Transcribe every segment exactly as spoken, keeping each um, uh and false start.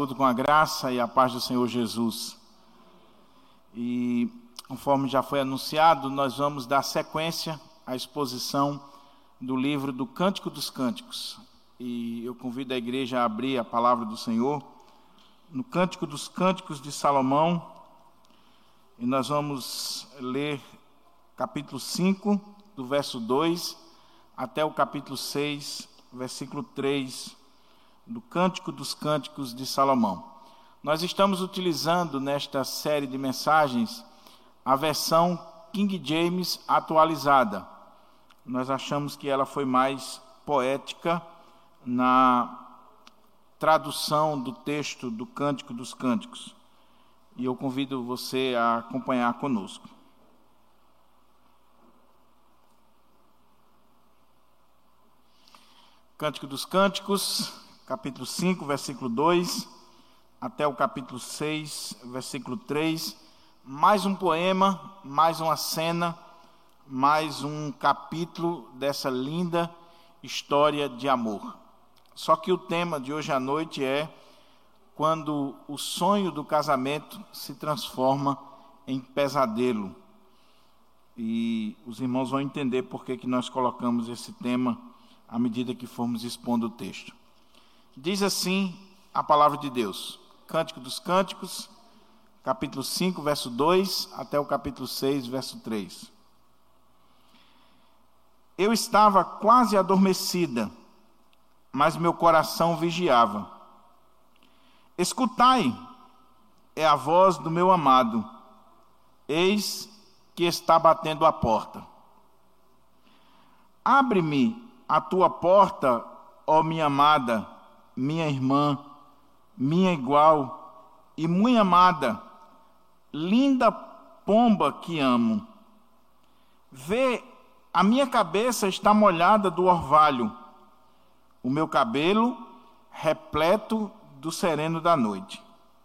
saúdo com a graça e a paz do Senhor Jesus. E, conforme já foi anunciado, nós vamos dar sequência à exposição do livro do Cântico dos Cânticos. E eu convido a igreja a abrir a palavra do Senhor no Cântico dos Cânticos de Salomão. E nós vamos ler capítulo cinco, do verso dois, até o capítulo seis, versículo três, do Cântico dos Cânticos de Salomão. Nós estamos utilizando nesta série de mensagens a versão King James atualizada. Nós achamos que ela foi mais poética na tradução do texto do Cântico dos Cânticos. E eu convido você a acompanhar conosco. Cântico dos Cânticos, capítulo cinco, versículo dois, até o capítulo seis, versículo três. Mais um poema, mais uma cena, mais um capítulo dessa linda história de amor. Só que o tema de hoje à noite é quando o sonho do casamento se transforma em pesadelo. E os irmãos vão entender por que que nós colocamos esse tema à medida que formos expondo o texto. Diz assim a palavra de Deus, Cântico dos Cânticos, capítulo cinco, verso dois, até o capítulo seis, verso três. Eu estava quase adormecida, mas meu coração vigiava. Escutai, é a voz do meu amado, eis que está batendo a porta. Abre-me a tua porta, ó minha amada, minha irmã, minha igual e muito amada, linda pomba que amo. Vê, a minha cabeça está molhada do orvalho, o meu cabelo repleto do sereno da noite.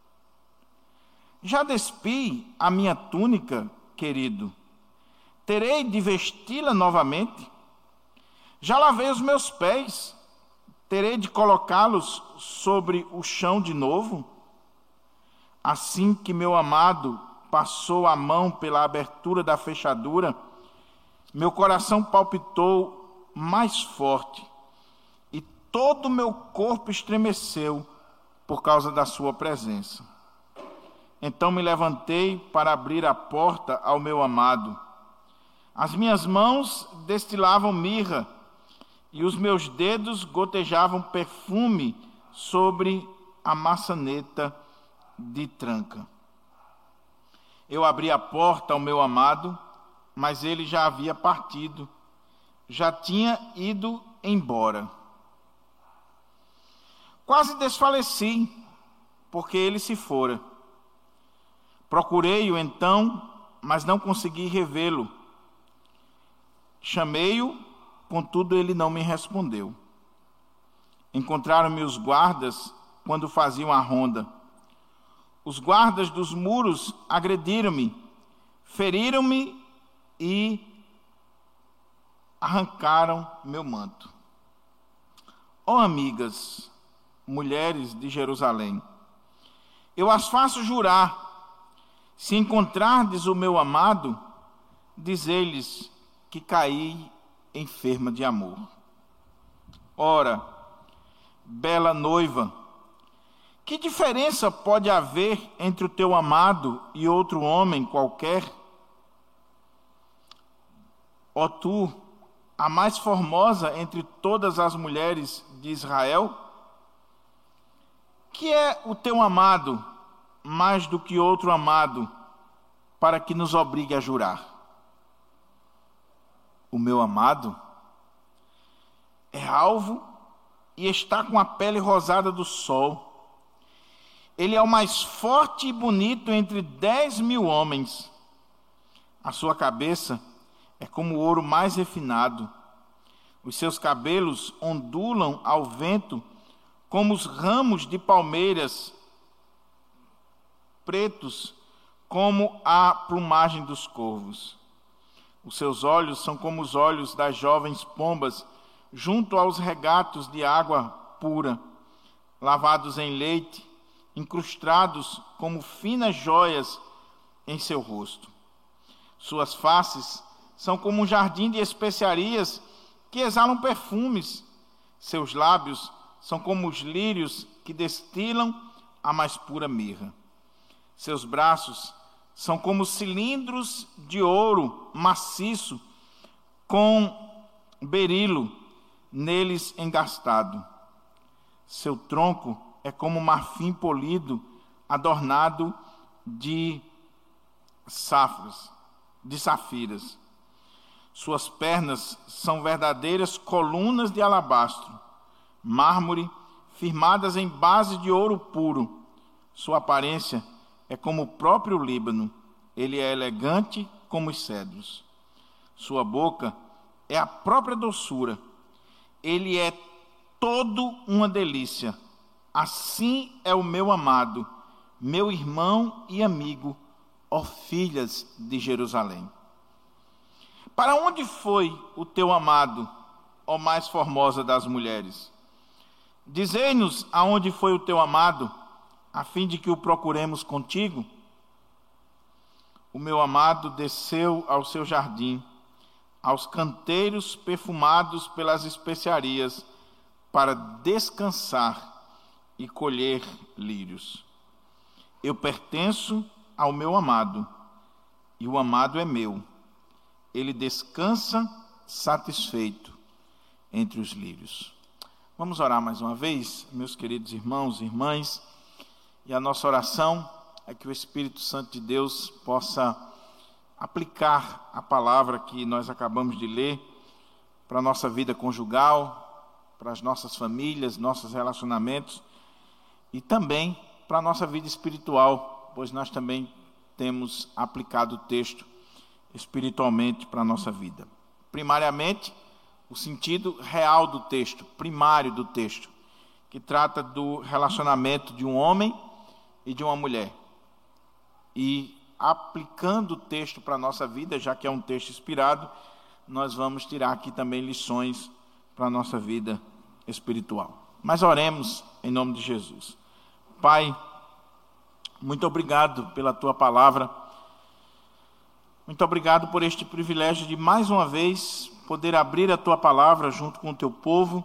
Já despi a minha túnica, querido, terei de vesti-la novamente? Já lavei os meus pés, terei de colocá-los sobre o chão de novo? Assim que meu amado passou a mão pela abertura da fechadura, meu coração palpitou mais forte e todo o meu corpo estremeceu por causa da sua presença. Então me levantei para abrir a porta ao meu amado. As minhas mãos destilavam mirra e os meus dedos gotejavam perfume sobre a maçaneta de tranca. Eu abri a porta ao meu amado, mas ele já havia partido, já tinha ido embora. Quase desfaleci, porque ele se fora. Procurei-o então, mas não consegui revê-lo. Chamei-o, contudo ele não me respondeu. Encontraram-me os guardas quando faziam a ronda. Os guardas dos muros agrediram-me, feriram-me e arrancaram meu manto. Ó amigas, mulheres de Jerusalém, eu as faço jurar, se encontrardes o meu amado, dizei-lhes que caí enferma de amor. Ora, bela noiva, que diferença pode haver entre o teu amado e outro homem qualquer? Ó tu, a mais formosa entre todas as mulheres de Israel, que é o teu amado mais do que outro amado, para que nos obrigue a jurar? O meu amado é alvo e está com a pele rosada do sol. Ele é o mais forte e bonito entre dez mil homens. A sua cabeça é como o ouro mais refinado. Os seus cabelos ondulam ao vento como os ramos de palmeiras, pretos como a plumagem dos corvos. Os seus olhos são como os olhos das jovens pombas junto aos regatos de água pura, lavados em leite incrustados como finas joias em seu rosto. Suas faces são como um jardim de especiarias que exalam perfumes. Seus lábios são como os lírios que destilam a mais pura mirra. Seus braços são como cilindros de ouro maciço, com berilo neles engastado. Seu tronco é como marfim polido, adornado de safras, de safiras. Suas pernas são verdadeiras colunas de alabastro, mármore, firmadas em base de ouro puro. Sua aparência é como o próprio Líbano, ele é elegante como os cedros. Sua boca é a própria doçura, ele é todo uma delícia. Assim é o meu amado, meu irmão e amigo, ó filhas de Jerusalém. Para onde foi o teu amado, ó mais formosa das mulheres? Dizei-nos aonde foi o teu amado, a fim de que o procuremos contigo. O meu amado desceu ao seu jardim, aos canteiros perfumados pelas especiarias, para descansar e colher lírios. Eu pertenço ao meu amado, e o amado é meu. Ele descansa satisfeito entre os lírios. Vamos orar mais uma vez, meus queridos irmãos e irmãs, e a nossa oração é que o Espírito Santo de Deus possa aplicar a palavra que nós acabamos de ler para a nossa vida conjugal, para as nossas famílias, nossos relacionamentos e também para a nossa vida espiritual, pois nós também temos aplicado o texto espiritualmente para a nossa vida. Primariamente, o sentido real do texto, primário do texto, que trata do relacionamento de um homem e de uma mulher. E aplicando o texto para a nossa vida, já que é um texto inspirado, nós vamos tirar aqui também lições para a nossa vida espiritual. Mas oremos em nome de Jesus. Pai, muito obrigado pela Tua palavra. Muito obrigado por este privilégio de mais uma vez poder abrir a Tua palavra junto com o Teu povo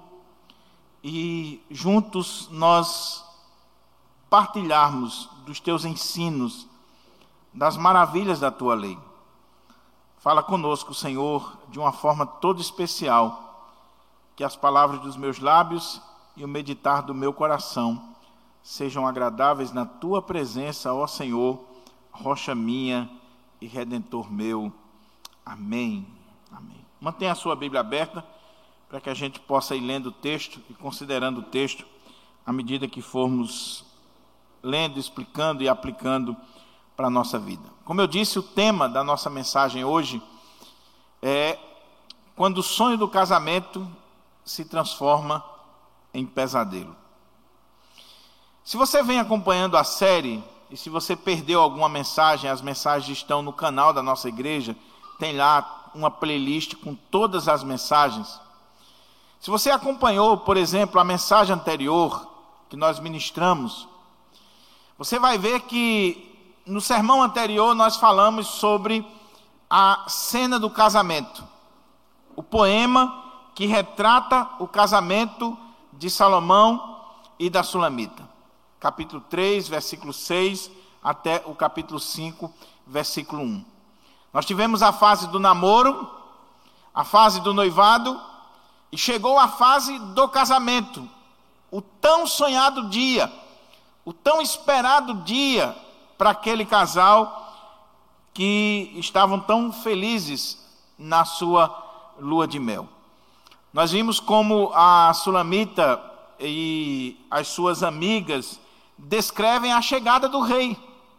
e juntos nós partilharmos dos Teus ensinos, das maravilhas da Tua lei. Fala conosco, Senhor, de uma forma toda especial, que as palavras dos meus lábios e o meditar do meu coração sejam agradáveis na Tua presença, ó Senhor, rocha minha e Redentor meu. Amém. Amém. Mantenha a sua Bíblia aberta para que a gente possa ir lendo o texto e considerando o texto à medida que formos lendo, explicando e aplicando para a nossa vida. Como eu disse, o tema da nossa mensagem hoje é quando o sonho do casamento se transforma em pesadelo. Se você vem acompanhando a série, e se você perdeu alguma mensagem, as mensagens estão no canal da nossa igreja, tem lá uma playlist com todas as mensagens. Se você acompanhou, por exemplo, a mensagem anterior que nós ministramos, você vai ver que no sermão anterior nós falamos sobre a cena do casamento, o poema que retrata o casamento de Salomão e da Sulamita. Capítulo três, versículo seis, até o capítulo cinco, versículo um. Nós tivemos a fase do namoro, a fase do noivado, e chegou a fase do casamento, o tão sonhado dia, o tão esperado dia para aquele casal que estavam tão felizes na sua lua de mel. Nós vimos como a Sulamita e as suas amigas descrevem a chegada do rei.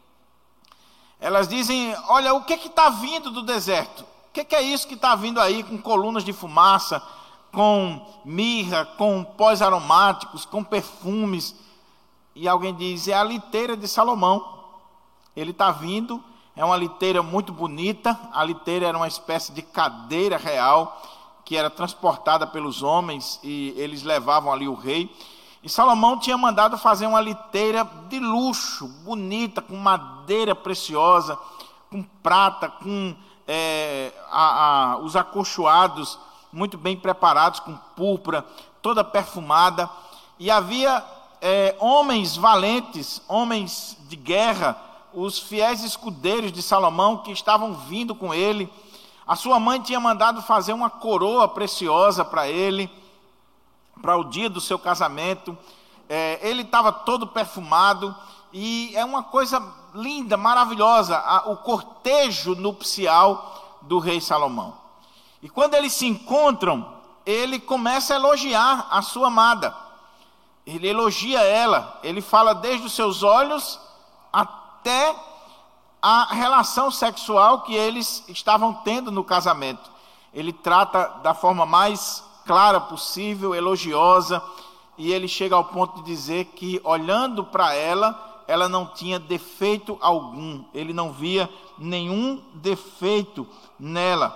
Elas dizem, olha, o que que está vindo do deserto? O que que é isso que está vindo aí com colunas de fumaça, com mirra, com pós aromáticos, com perfumes? E alguém diz, é a liteira de Salomão. Ele está vindo, é uma liteira muito bonita. A liteira era uma espécie de cadeira real que era transportada pelos homens e eles levavam ali o rei. E Salomão tinha mandado fazer uma liteira de luxo, bonita, com madeira preciosa, com prata, com é, a, a, os acolchoados muito bem preparados, com púrpura, toda perfumada. E havia é, homens valentes, homens de guerra, os fiéis escudeiros de Salomão que estavam vindo com ele. A sua mãe tinha mandado fazer uma coroa preciosa para ele, para o dia do seu casamento. É, ele estava todo perfumado, e é uma coisa linda, maravilhosa, a, o cortejo nupcial do rei Salomão. E quando eles se encontram, ele começa a elogiar a sua amada. Ele elogia ela, ele fala desde os seus olhos até a relação sexual que eles estavam tendo no casamento. Ele trata da forma mais clara possível, elogiosa, e ele chega ao ponto de dizer que, olhando para ela, ela não tinha defeito algum, ele não via nenhum defeito nela.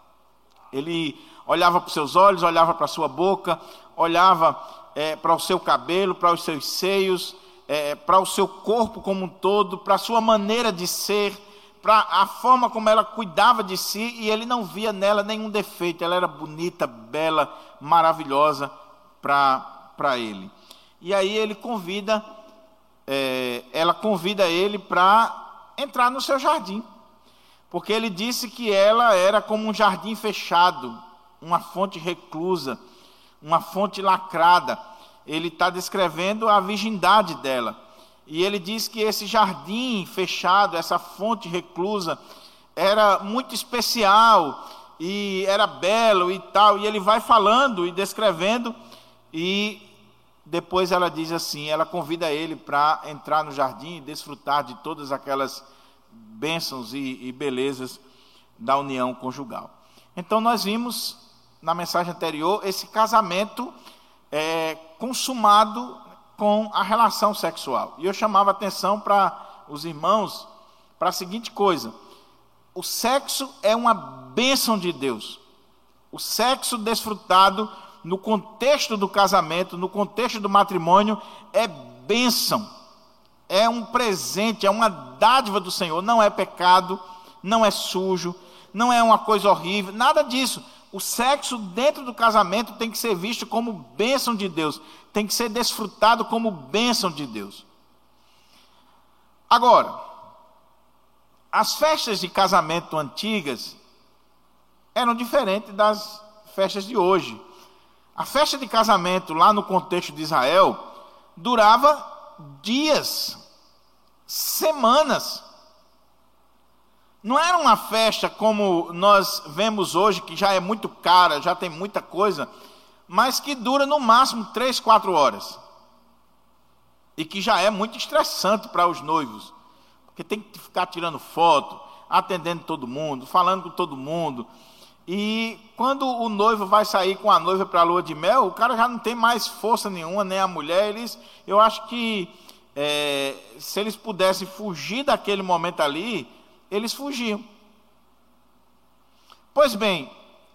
Ele olhava para os seus olhos, olhava para a sua boca, olhava é, para o seu cabelo, para os seus seios, é, para o seu corpo como um todo, para a sua maneira de ser, para a forma como ela cuidava de si, e ele não via nela nenhum defeito. Ela era bonita, bela, maravilhosa para ele. E aí ele convida, é, ela convida ele para entrar no seu jardim, porque ele disse que ela era como um jardim fechado, uma fonte reclusa, uma fonte lacrada. Ele está descrevendo a virgindade dela. E ele diz que esse jardim fechado, essa fonte reclusa, era muito especial, e era belo e tal. E ele vai falando e descrevendo, e depois ela diz assim, ela convida ele para entrar no jardim e desfrutar de todas aquelas bênçãos e, e belezas da união conjugal. Então nós vimos na mensagem anterior esse casamento é, consumado com a relação sexual. E eu chamava atenção para os irmãos para a seguinte coisa: o sexo é uma bênção de Deus. O sexo desfrutado no contexto do casamento, no contexto do matrimônio, é bênção, é um presente, é uma dádiva do Senhor. Não é pecado, não é sujo, não é uma coisa horrível, nada disso. O sexo dentro do casamento tem que ser visto como bênção de Deus, tem que ser desfrutado como bênção de Deus. Agora, as festas de casamento antigas eram diferentes das festas de hoje. A festa de casamento lá no contexto de Israel durava dias, semanas. Não era uma festa como nós vemos hoje, que já é muito cara, já tem muita coisa, mas que dura no máximo três, quatro horas. E que já é muito estressante para os noivos, porque tem que ficar tirando foto, atendendo todo mundo, falando com todo mundo. E quando o noivo vai sair com a noiva para a lua de mel, o cara já não tem mais força nenhuma, nem a mulher. Eles, eu acho que é, se eles pudessem fugir daquele momento ali, eles fugiam. Pois bem,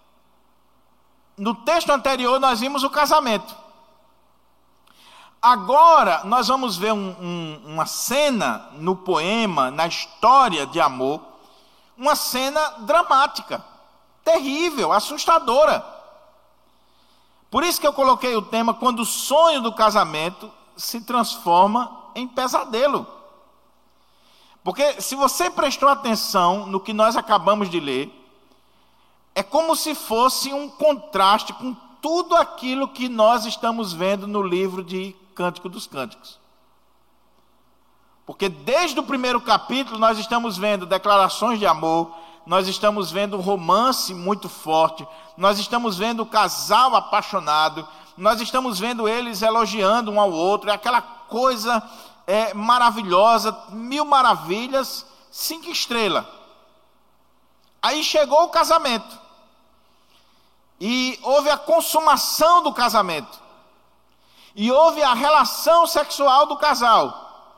no texto anterior nós vimos o casamento. Agora nós vamos ver um, um, uma cena no poema, na história de amor, uma cena dramática, terrível, assustadora. Por isso que eu coloquei o tema: quando o sonho do casamento se transforma em pesadelo. Porque se você prestou atenção no que nós acabamos de ler, é como se fosse um contraste com tudo aquilo que nós estamos vendo no livro de Cântico dos Cânticos. Porque desde o primeiro capítulo nós estamos vendo declarações de amor, nós estamos vendo um romance muito forte, nós estamos vendo o casal apaixonado, nós estamos vendo eles elogiando um ao outro, é aquela coisa é, maravilhosa, mil maravilhas, cinco estrelas. Aí chegou o casamento, e houve a consumação do casamento, e houve a relação sexual do casal.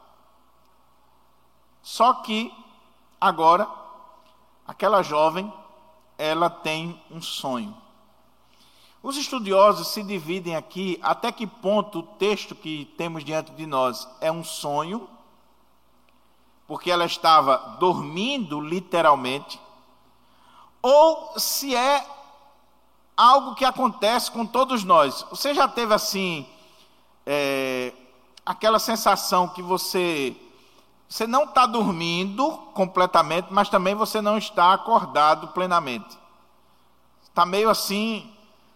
Só que agora aquela jovem, ela tem um sonho. Os estudiosos se dividem aqui até que ponto o texto que temos diante de nós é um sonho, porque ela estava dormindo literalmente, ou se é algo que acontece com todos nós. Você já teve assim, é, aquela sensação que você, você não está dormindo completamente, mas também você não está acordado plenamente. Está meio assim,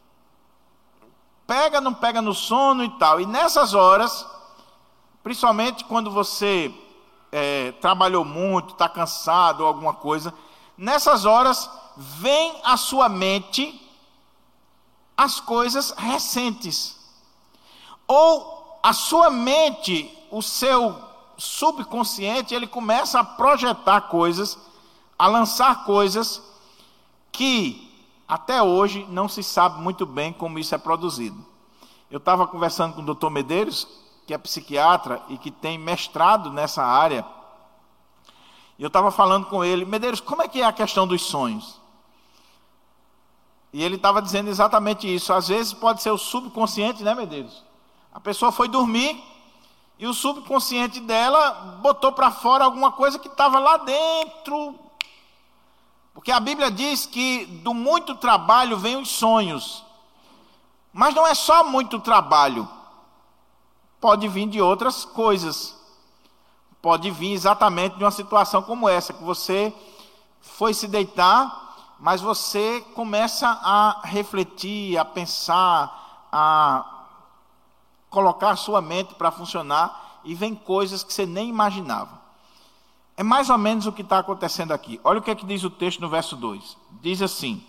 pega, não pega no sono e tal. E nessas horas, principalmente quando você é, trabalhou muito, está cansado ou alguma coisa, nessas horas vem à sua mente as coisas recentes. Ou a sua mente, o seu subconsciente, ele começa a projetar coisas, a lançar coisas que até hoje não se sabe muito bem como isso é produzido. Eu estava conversando com o doutor Medeiros, que é psiquiatra e que tem mestrado nessa área, e eu estava falando com ele: Medeiros, como é que é a questão dos sonhos? E ele estava dizendo exatamente isso. Às vezes pode ser o subconsciente, né, Medeiros? A pessoa foi dormir e o subconsciente dela botou para fora alguma coisa que estava lá dentro. Porque a Bíblia diz que do muito trabalho vem os sonhos. Mas não é só muito trabalho. Pode vir de outras coisas. Pode vir exatamente de uma situação como essa, que você foi se deitar, mas você começa a refletir, a pensar, a colocar a sua mente para funcionar, e vem coisas que você nem imaginava. É mais ou menos o que está acontecendo aqui. Olha o que é que diz o texto no verso dois. Diz assim,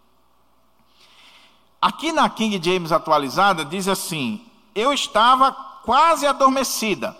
aqui na King James atualizada, diz assim: eu estava quase adormecida.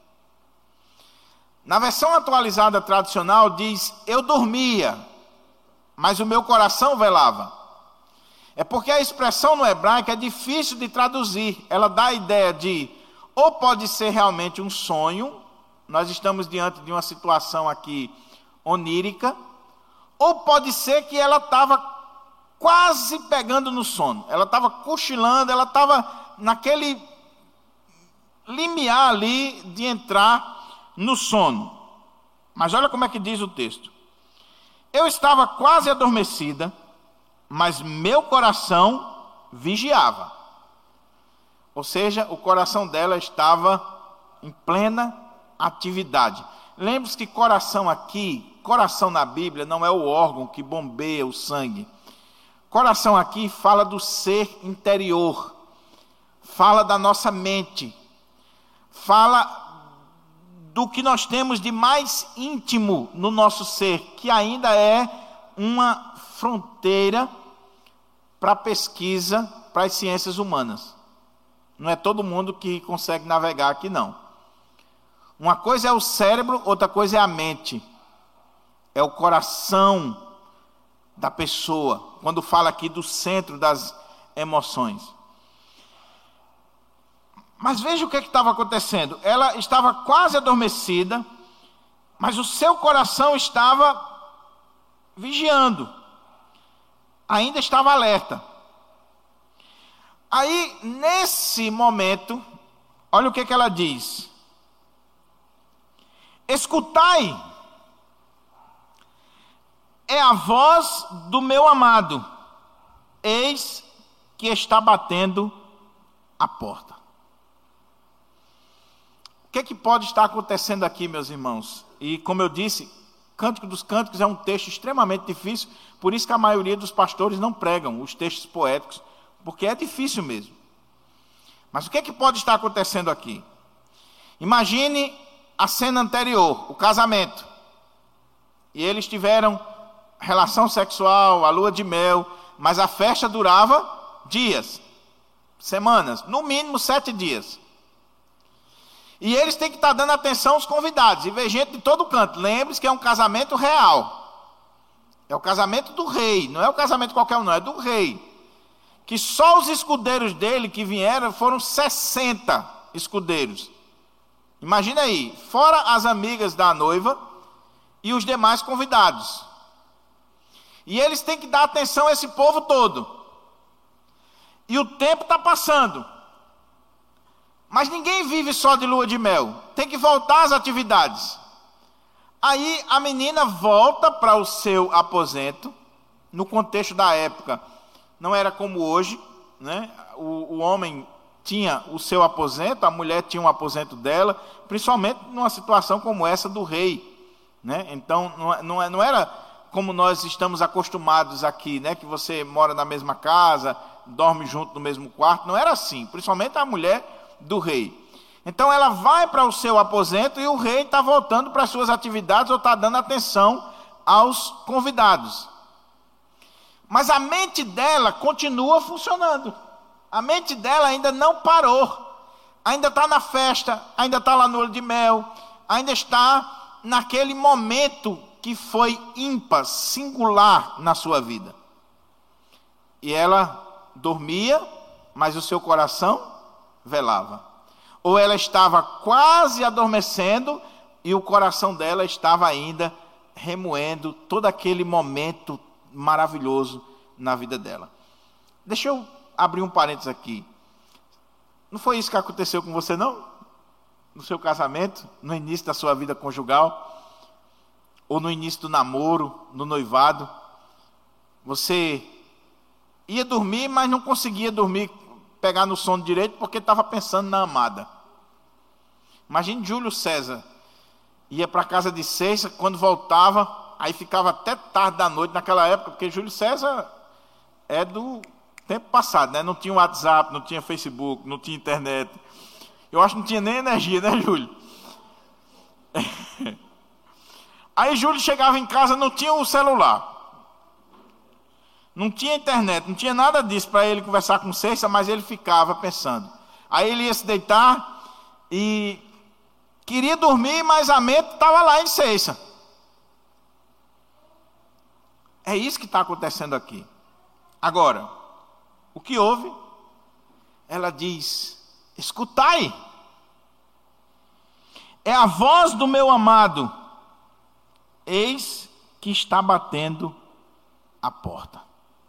Na versão atualizada tradicional diz: eu dormia, mas o meu coração velava. É porque a expressão no hebraico é difícil de traduzir. Ela dá a ideia de, ou pode ser realmente um sonho, nós estamos diante de uma situação aqui onírica, ou pode ser que ela estava quase pegando no sono, ela estava cochilando, ela estava naquele limiar ali de entrar no sono. Mas olha como é que diz o texto: eu estava quase adormecida, mas meu coração vigiava. Ou seja, o coração dela estava em plena atividade. Lembre-se que coração aqui, coração na Bíblia não é o órgão que bombeia o sangue. Coração aqui fala do ser interior, fala da nossa mente, fala do que nós temos de mais íntimo no nosso ser, que ainda é uma fronteira para a pesquisa, para as ciências humanas. Não é todo mundo que consegue navegar aqui, não. Uma coisa é o cérebro, outra coisa é a mente. É o coração da pessoa, quando fala aqui do centro das emoções. Mas veja o que estava acontecendo. Ela estava quase adormecida, mas o seu coração estava vigiando, ainda estava alerta. Aí, nesse momento, olha o que, que ela diz: escutai, é a voz do meu amado, eis que está batendo a porta. O que, que pode estar acontecendo aqui, meus irmãos? E como eu disse, Cântico dos Cânticos é um texto extremamente difícil, por isso que a maioria dos pastores não pregam os textos poéticos, porque é difícil mesmo. Mas o que, que pode estar acontecendo aqui? Imagine a cena anterior, o casamento. E eles tiveram relação sexual, a lua de mel, mas a festa durava dias, semanas, no mínimo sete dias. E eles têm que estar dando atenção aos convidados, e ver gente de todo canto. Lembre-se que é um casamento real. É o casamento do rei, não é o casamento qualquer um, não, é do rei. Que só os escudeiros dele que vieram foram sessenta escudeiros. Imagina aí, fora as amigas da noiva e os demais convidados. E eles têm que dar atenção a esse povo todo. E o tempo está passando. Mas ninguém vive só de lua de mel. Tem que voltar às atividades. Aí a menina volta para o seu aposento. No contexto da época, não era como hoje, né? O, o homem tinha o seu aposento, a mulher tinha um aposento dela, principalmente numa situação como essa do rei, né? Então não, não, não era como nós estamos acostumados aqui, né? Que você mora na mesma casa, dorme junto no mesmo quarto. Não era assim, principalmente a mulher do rei. Então ela vai para o seu aposento e o rei está voltando para as suas atividades ou está dando atenção aos convidados. Mas a mente dela continua funcionando. A mente dela ainda não parou. Ainda está na festa, ainda está lá no olho de mel, ainda está naquele momento que foi ímpar, singular na sua vida. E ela dormia, mas o seu coração velava. Ou ela estava quase adormecendo e o coração dela estava ainda remoendo todo aquele momento maravilhoso na vida dela. Deixa eu abrir um parênteses aqui. Não foi isso que aconteceu com você, não? No seu casamento, no início da sua vida conjugal, ou no início do namoro, no noivado, você ia dormir, mas não conseguia dormir, pegar no sono direito, porque estava pensando na amada. Imagine Júlio César, ia para a casa de César, quando voltava, aí ficava até tarde da noite naquela época, porque Júlio César é do tempo passado, né? Não tinha WhatsApp, não tinha Facebook, não tinha internet. Eu acho que não tinha nem energia, né, Júlio? Aí Júlio chegava em casa, não tinha o celular, não tinha internet, não tinha nada disso para ele conversar com César, mas ele ficava pensando. Aí ele ia se deitar e queria dormir, mas a mente estava lá em César. É isso que está acontecendo aqui. Agora, o que houve? Ela diz: escutai, é a voz do meu amado, eis que está batendo a porta.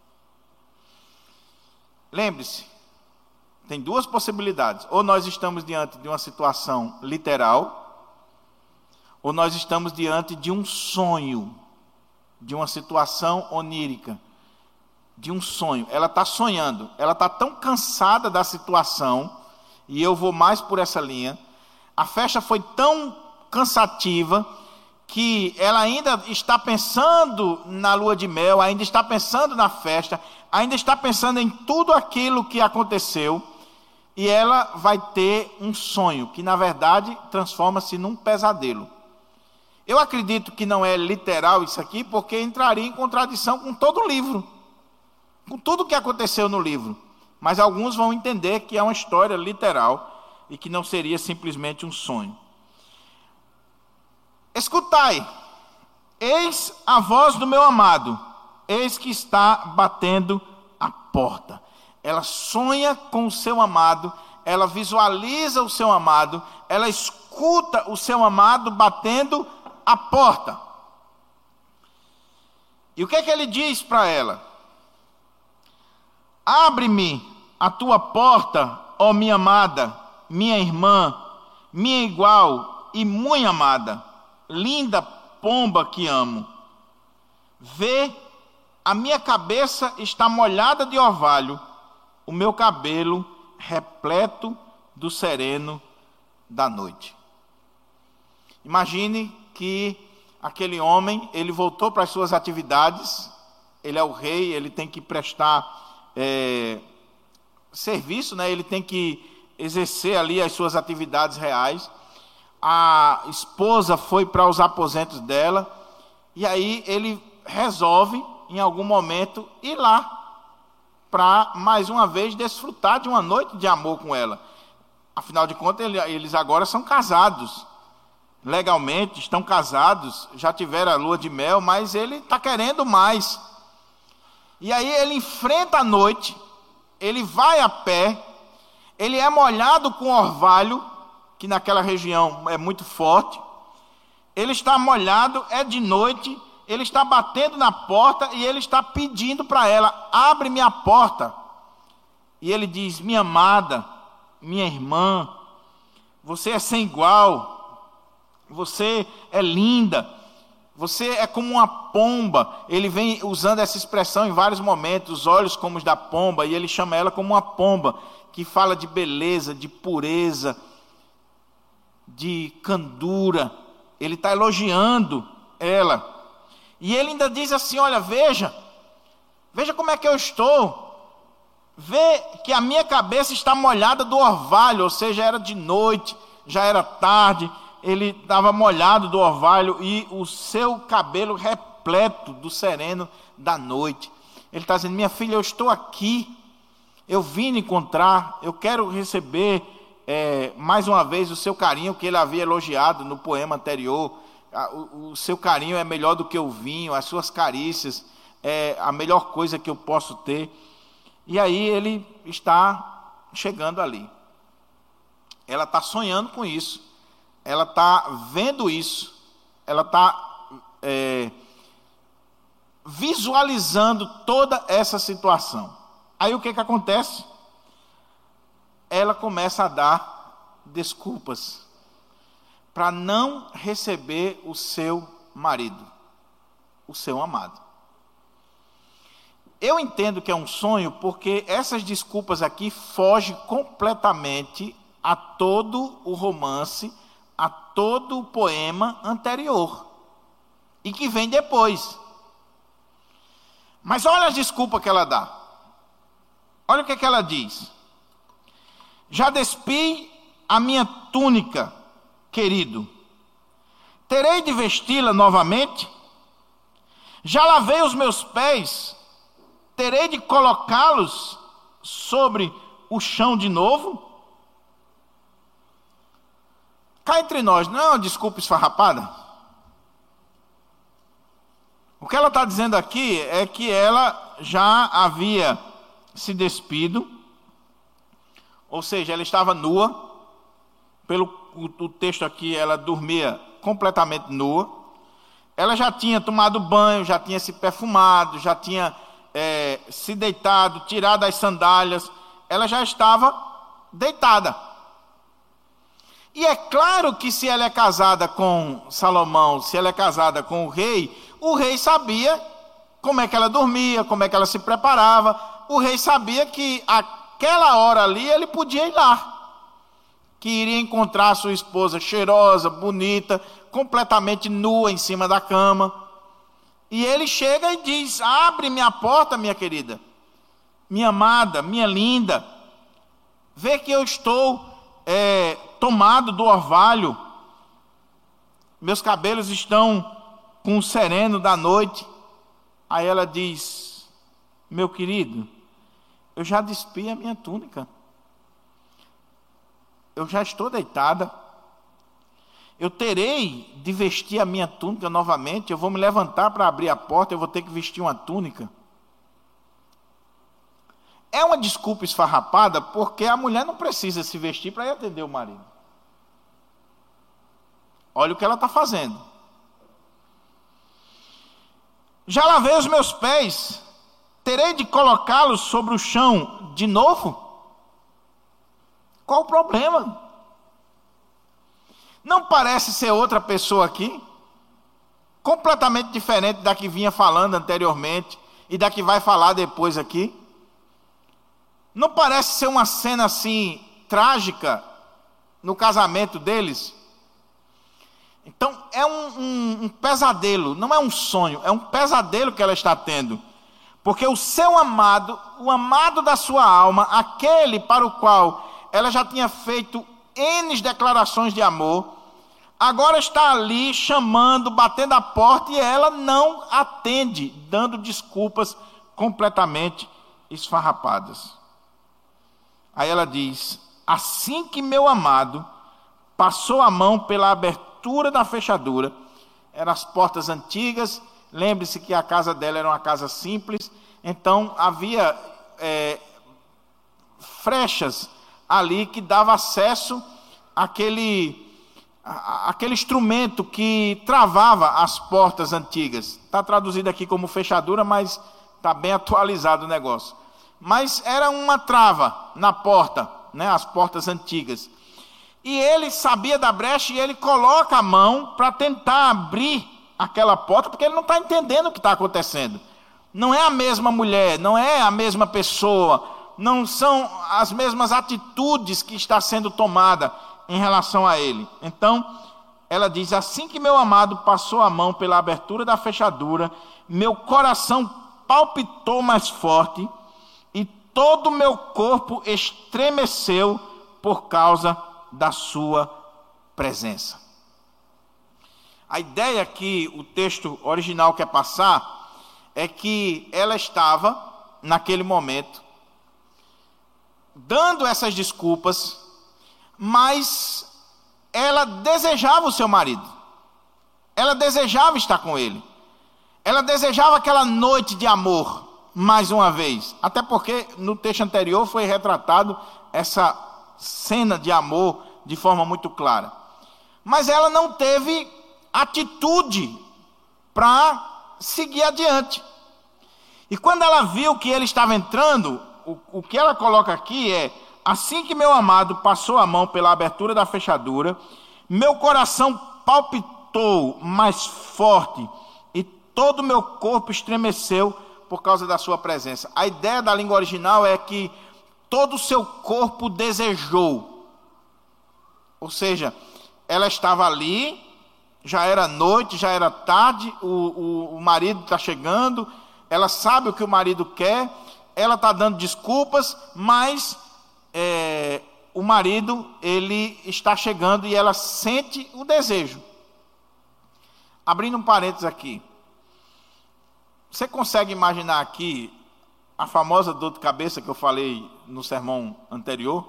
Lembre-se, tem duas possibilidades. Ou nós estamos diante de uma situação literal, ou nós estamos diante de um sonho, de uma situação onírica, de um sonho. Ela está sonhando, ela está tão cansada da situação, e eu vou mais por essa linha. A festa foi tão cansativa que ela ainda está pensando na lua de mel, ainda está pensando na festa, ainda está pensando em tudo aquilo que aconteceu, e ela vai ter um sonho que na verdade transforma-se num pesadelo. Eu acredito que não é literal isso aqui, porque entraria em contradição com todo o livro, com tudo o que aconteceu no livro. Mas alguns vão entender que é uma história literal e que não seria simplesmente um sonho. Escutai, eis a voz do meu amado, eis que está batendo a porta. Ela sonha com o seu amado, ela visualiza o seu amado, ela escuta o seu amado batendo a porta. E o que é que ele diz para ela? Abre-me a tua porta, ó minha amada, minha irmã, minha igual e muito amada, linda pomba que amo. Vê, a minha cabeça está molhada de orvalho, o meu cabelo repleto do sereno da noite. Imagine que aquele homem, ele voltou para as suas atividades, ele é o rei, ele tem que prestar é, serviço, né? Ele tem que exercer ali as suas atividades reais. A esposa foi para os aposentos dela, e aí ele resolve, em algum momento, ir lá, para, mais uma vez, desfrutar de uma noite de amor com ela. Afinal de contas, eles agora são casados. Legalmente, estão casados, já tiveram a lua de mel, mas ele está querendo mais. E aí ele enfrenta a noite, ele vai a pé, ele é molhado com orvalho, que naquela região é muito forte. Ele está molhado, é de noite, ele está batendo na porta e ele está pedindo para ela: abre-me a porta. E ele diz: minha amada, minha irmã, você é sem igual, você é linda, você é como uma pomba. Ele vem usando essa expressão em vários momentos, os olhos como os da pomba, e ele chama ela como uma pomba, que fala de beleza, de pureza, de candura. Ele está elogiando ela. E ele ainda diz assim: olha, veja, veja como é que eu estou. Vê que a minha cabeça está molhada do orvalho, ou seja, era de noite, já era tarde, ele estava molhado do orvalho e o seu cabelo repleto do sereno da noite. Ele está dizendo: minha filha, eu estou aqui, eu vim lhe encontrar, eu quero receber é, mais uma vez o seu carinho que ele havia elogiado no poema anterior. O, o seu carinho é melhor do que o vinho, as suas carícias é a melhor coisa que eu posso ter. E aí ele está chegando ali. Ela está sonhando com isso. Ela está vendo isso. Ela está é, visualizando toda essa situação. Aí o que que acontece? Ela começa a dar desculpas para não receber o seu marido, o seu amado. Eu entendo que é um sonho porque essas desculpas aqui fogem completamente a todo o romance, a todo o poema anterior e que vem depois. Mas olha as desculpas que ela dá. Olha o que, é que ela diz: já despi a minha túnica, querido, terei de vesti-la novamente? Já lavei os meus pés, terei de colocá-los sobre o chão de novo? Cá entre nós, não é uma desculpa esfarrapada? O que ela está dizendo aqui é que ela já havia se despido, ou seja, ela estava nua. Pelo o, o texto aqui, ela dormia completamente nua. Ela já tinha tomado banho, já tinha se perfumado, já tinha É, se deitado, tirado as sandálias. Ela já estava deitada. E é claro que se ela é casada com Salomão, se ela é casada com o rei, o rei sabia como é que ela dormia, como é que ela se preparava. O rei sabia que aquela hora ali ele podia ir lá, que iria encontrar a sua esposa cheirosa, bonita, completamente nua em cima da cama. E ele chega e diz: abre-me a porta, minha querida, minha amada, minha linda. Vê que eu estou é, tomado do orvalho. Meus cabelos estão com o sereno da noite. Aí ela diz: meu querido, eu já despi a minha túnica. Eu já estou deitada. Eu terei de vestir a minha túnica novamente. Eu vou me levantar para abrir a porta, eu vou ter que vestir uma túnica. É uma desculpa esfarrapada, porque a mulher não precisa se vestir para ir atender o marido. Olha o que ela está fazendo. Já lavei os meus pés, terei de colocá-los sobre o chão de novo? Qual o problema? Não parece ser outra pessoa aqui? Completamente diferente da que vinha falando anteriormente e da que vai falar depois aqui? Não parece ser uma cena assim trágica no casamento deles? Então é um, um, um pesadelo, não é um sonho, é um pesadelo que ela está tendo. Porque o seu amado, o amado da sua alma, aquele para o qual ela já tinha feito N declarações de amor, agora está ali chamando, batendo a porta, e ela não atende, dando desculpas completamente esfarrapadas. Aí ela diz: assim que meu amado passou a mão pela abertura da fechadura, eram as portas antigas, lembre-se que a casa dela era uma casa simples, então havia é, frechas ali que dava acesso àquele, à, àquele instrumento que travava as portas antigas. Está traduzido aqui como fechadura, mas está bem atualizado o negócio. mas era uma trava na porta, né, as portas antigas. E ele sabia da brecha e ele coloca a mão para tentar abrir aquela porta, porque ele não está entendendo o que está acontecendo. Não é a mesma mulher, não é a mesma pessoa, não são as mesmas atitudes que está sendo tomada em relação a ele. Então, ela diz: assim que meu amado passou a mão pela abertura da fechadura, meu coração palpitou mais forte e todo o meu corpo estremeceu por causa da sua presença. A ideia que o texto original quer passar é que ela estava, naquele momento, dando essas desculpas, mas ela desejava o seu marido, ela desejava estar com ele, ela desejava aquela noite de amor, mais uma vez, até porque no texto anterior foi retratado essa cena de amor de forma muito clara, mas ela não teve atitude para seguir adiante. E quando ela viu que ele estava entrando, o, o que ela coloca aqui é: assim que meu amado passou a mão pela abertura da fechadura, meu coração palpitou mais forte e todo o meu corpo estremeceu por causa da sua presença. A ideia da língua original é que todo o seu corpo desejou. Ou seja, ela estava ali, já era noite, já era tarde, o, o, o marido está chegando, ela sabe o que o marido quer, ela está dando desculpas, mas é, o marido, ele está chegando e ela sente o desejo. Abrindo um parênteses aqui, você consegue imaginar aqui a famosa dor de cabeça que eu falei no sermão anterior?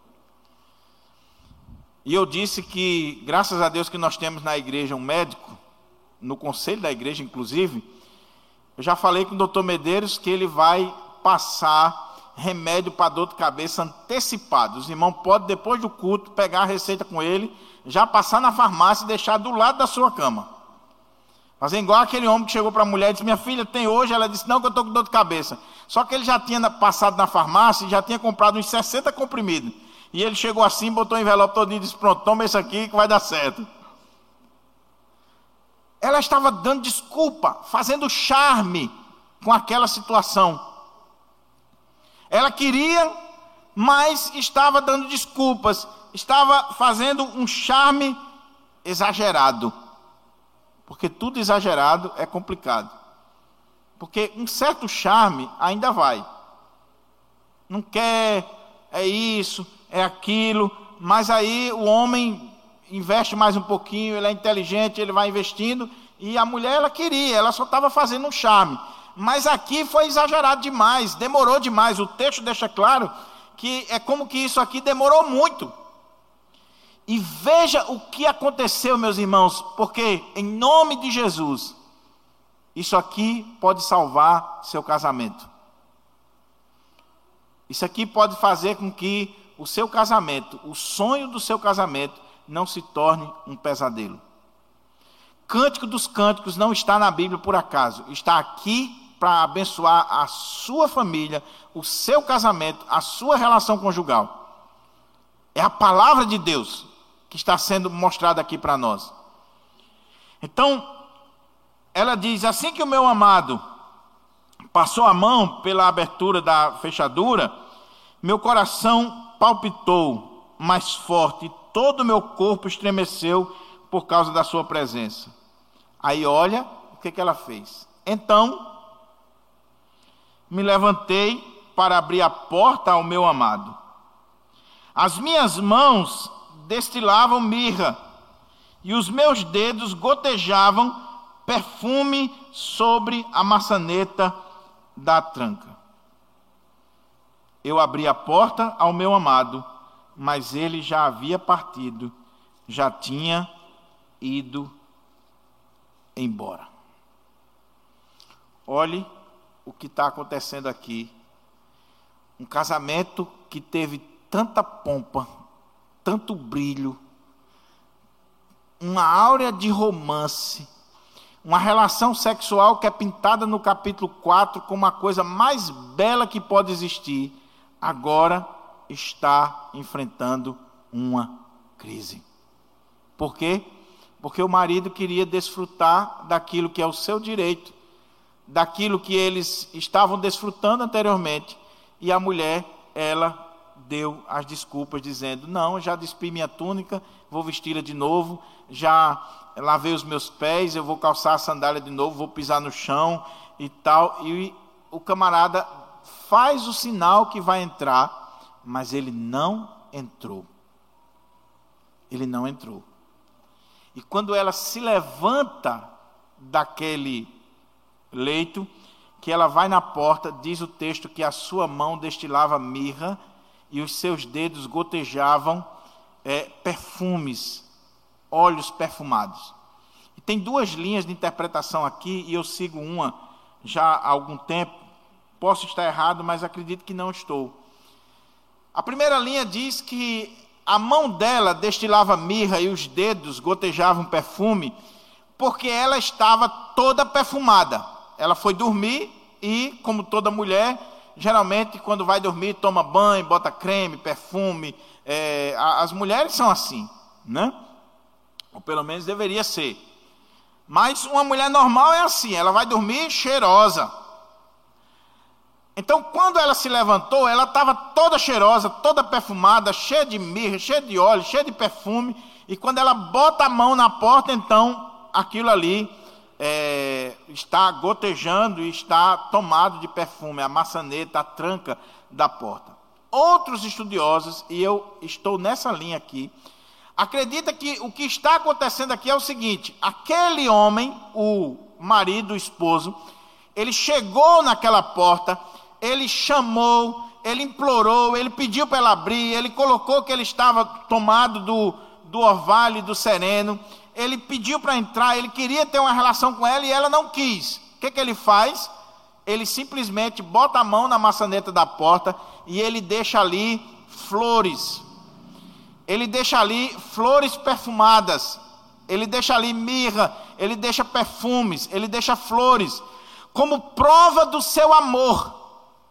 E eu disse que, graças a Deus que nós temos na igreja um médico, no conselho da igreja inclusive, eu já falei com o doutor Medeiros que ele vai passar remédio para dor de cabeça antecipado. Os irmãos podem, depois do culto, pegar a receita com ele, já passar na farmácia e deixar do lado da sua cama. Fazer igual aquele homem que chegou para a mulher e disse: minha filha, tem hoje? Ela disse: não, que eu estou com dor de cabeça. Só que ele já tinha passado na farmácia e já tinha comprado uns sessenta comprimidos. E ele chegou assim, botou o envelope todo e disse: pronto, toma isso aqui que vai dar certo. Ela estava dando desculpa, fazendo charme com aquela situação. Ela queria, mas estava dando desculpas, estava fazendo um charme exagerado. Porque tudo exagerado é complicado. Porque um certo charme ainda vai. Não quer, é isso, é aquilo, mas aí o homem investe mais um pouquinho, ele é inteligente, ele vai investindo, e a mulher, ela queria, ela só estava fazendo um charme. Mas aqui foi exagerado demais, demorou demais. O texto deixa claro que é como que isso aqui demorou muito. E veja o que aconteceu, meus irmãos, porque em nome de Jesus, isso aqui pode salvar seu casamento. Isso aqui pode fazer com que o seu casamento, o sonho do seu casamento, não se torne um pesadelo. Cântico dos Cânticos não está na Bíblia por acaso, está aqui para abençoar a sua família, o seu casamento, a sua relação conjugal. É a palavra de Deus que está sendo mostrada aqui para nós. Então, ela diz: assim que o meu amado passou a mão pela abertura da fechadura, meu coração palpitou mais forte e todo o meu corpo estremeceu por causa da sua presença. Aí olha o que, que ela fez. Então, me levantei para abrir a porta ao meu amado. As minhas mãos destilavam mirra e os meus dedos gotejavam perfume sobre a maçaneta da tranca. Eu abri a porta ao meu amado, mas ele já havia partido, já tinha ido embora. Olhe o que está acontecendo aqui. Um casamento que teve tanta pompa, tanto brilho, uma áurea de romance, Uma relação sexual que é pintada no capítulo quatro como a coisa mais bela que pode existir, agora está enfrentando uma crise. Por quê? Porque o marido queria desfrutar daquilo que é o seu direito, daquilo que eles estavam desfrutando anteriormente, e a mulher, ela deu as desculpas dizendo: não, já despi minha túnica, vou vesti-la de novo, já lavei os meus pés, eu vou calçar a sandália de novo, vou pisar no chão e tal. E o camarada faz o sinal que vai entrar, mas ele não entrou. Ele não entrou. E quando ela se levanta daquele leito, que ela vai na porta, diz o texto que a sua mão destilava mirra e os seus dedos gotejavam é, perfumes, óleos perfumados. E tem duas linhas de interpretação aqui, e eu sigo uma já há algum tempo. Posso estar errado, mas acredito que não estou. A primeira linha diz que a mão dela destilava mirra e os dedos gotejavam perfume, porque ela estava toda perfumada. Ela foi dormir e, como toda mulher, geralmente quando vai dormir toma banho, bota creme, perfume. É, as mulheres são assim, né? Ou pelo menos deveria ser. Mas uma mulher normal é assim, ela vai dormir cheirosa. Então, quando ela se levantou, ela estava toda cheirosa, toda perfumada, cheia de mirra, cheia de óleo, cheia de perfume. E quando ela bota a mão na porta, então, aquilo ali é, está gotejando e está tomado de perfume, a maçaneta, a tranca da porta. Outros estudiosos, e eu estou nessa linha aqui, acredita que o que está acontecendo aqui é o seguinte: aquele homem, o marido, o esposo, ele chegou naquela porta, ele chamou, ele implorou, ele pediu para ela abrir, ele colocou que ele estava tomado do, do orvalho e do sereno, ele pediu para entrar, ele queria ter uma relação com ela e ela não quis. O que, que ele faz? Ele simplesmente bota a mão na maçaneta da porta e ele deixa ali flores. Ele deixa ali flores perfumadas, ele deixa ali mirra, ele deixa perfumes, ele deixa flores, como prova do seu amor.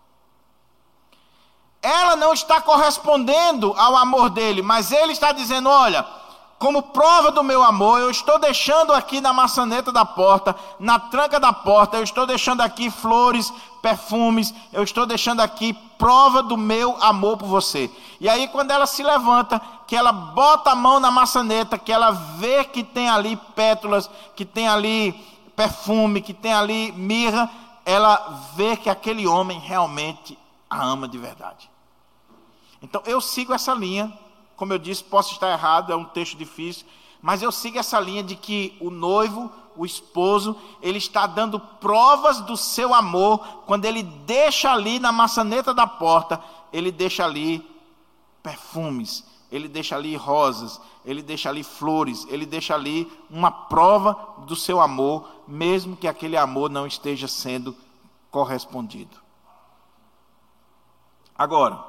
Ela não está correspondendo ao amor dele, mas ele está dizendo: olha, como prova do meu amor, eu estou deixando aqui na maçaneta da porta, na tranca da porta, eu estou deixando aqui flores, perfumes, eu estou deixando aqui prova do meu amor por você. E aí quando ela se levanta, que ela bota a mão na maçaneta, que ela vê que tem ali pétalas, que tem ali perfume, que tem ali mirra, ela vê que aquele homem realmente a ama de verdade. Então eu sigo essa linha, como eu disse, posso estar errado, é um texto difícil, mas eu sigo essa linha de que o noivo, o esposo, ele está dando provas do seu amor, quando ele deixa ali na maçaneta da porta, ele deixa ali perfumes, ele deixa ali rosas, ele deixa ali flores, ele deixa ali uma prova do seu amor, mesmo que aquele amor não esteja sendo correspondido. Agora,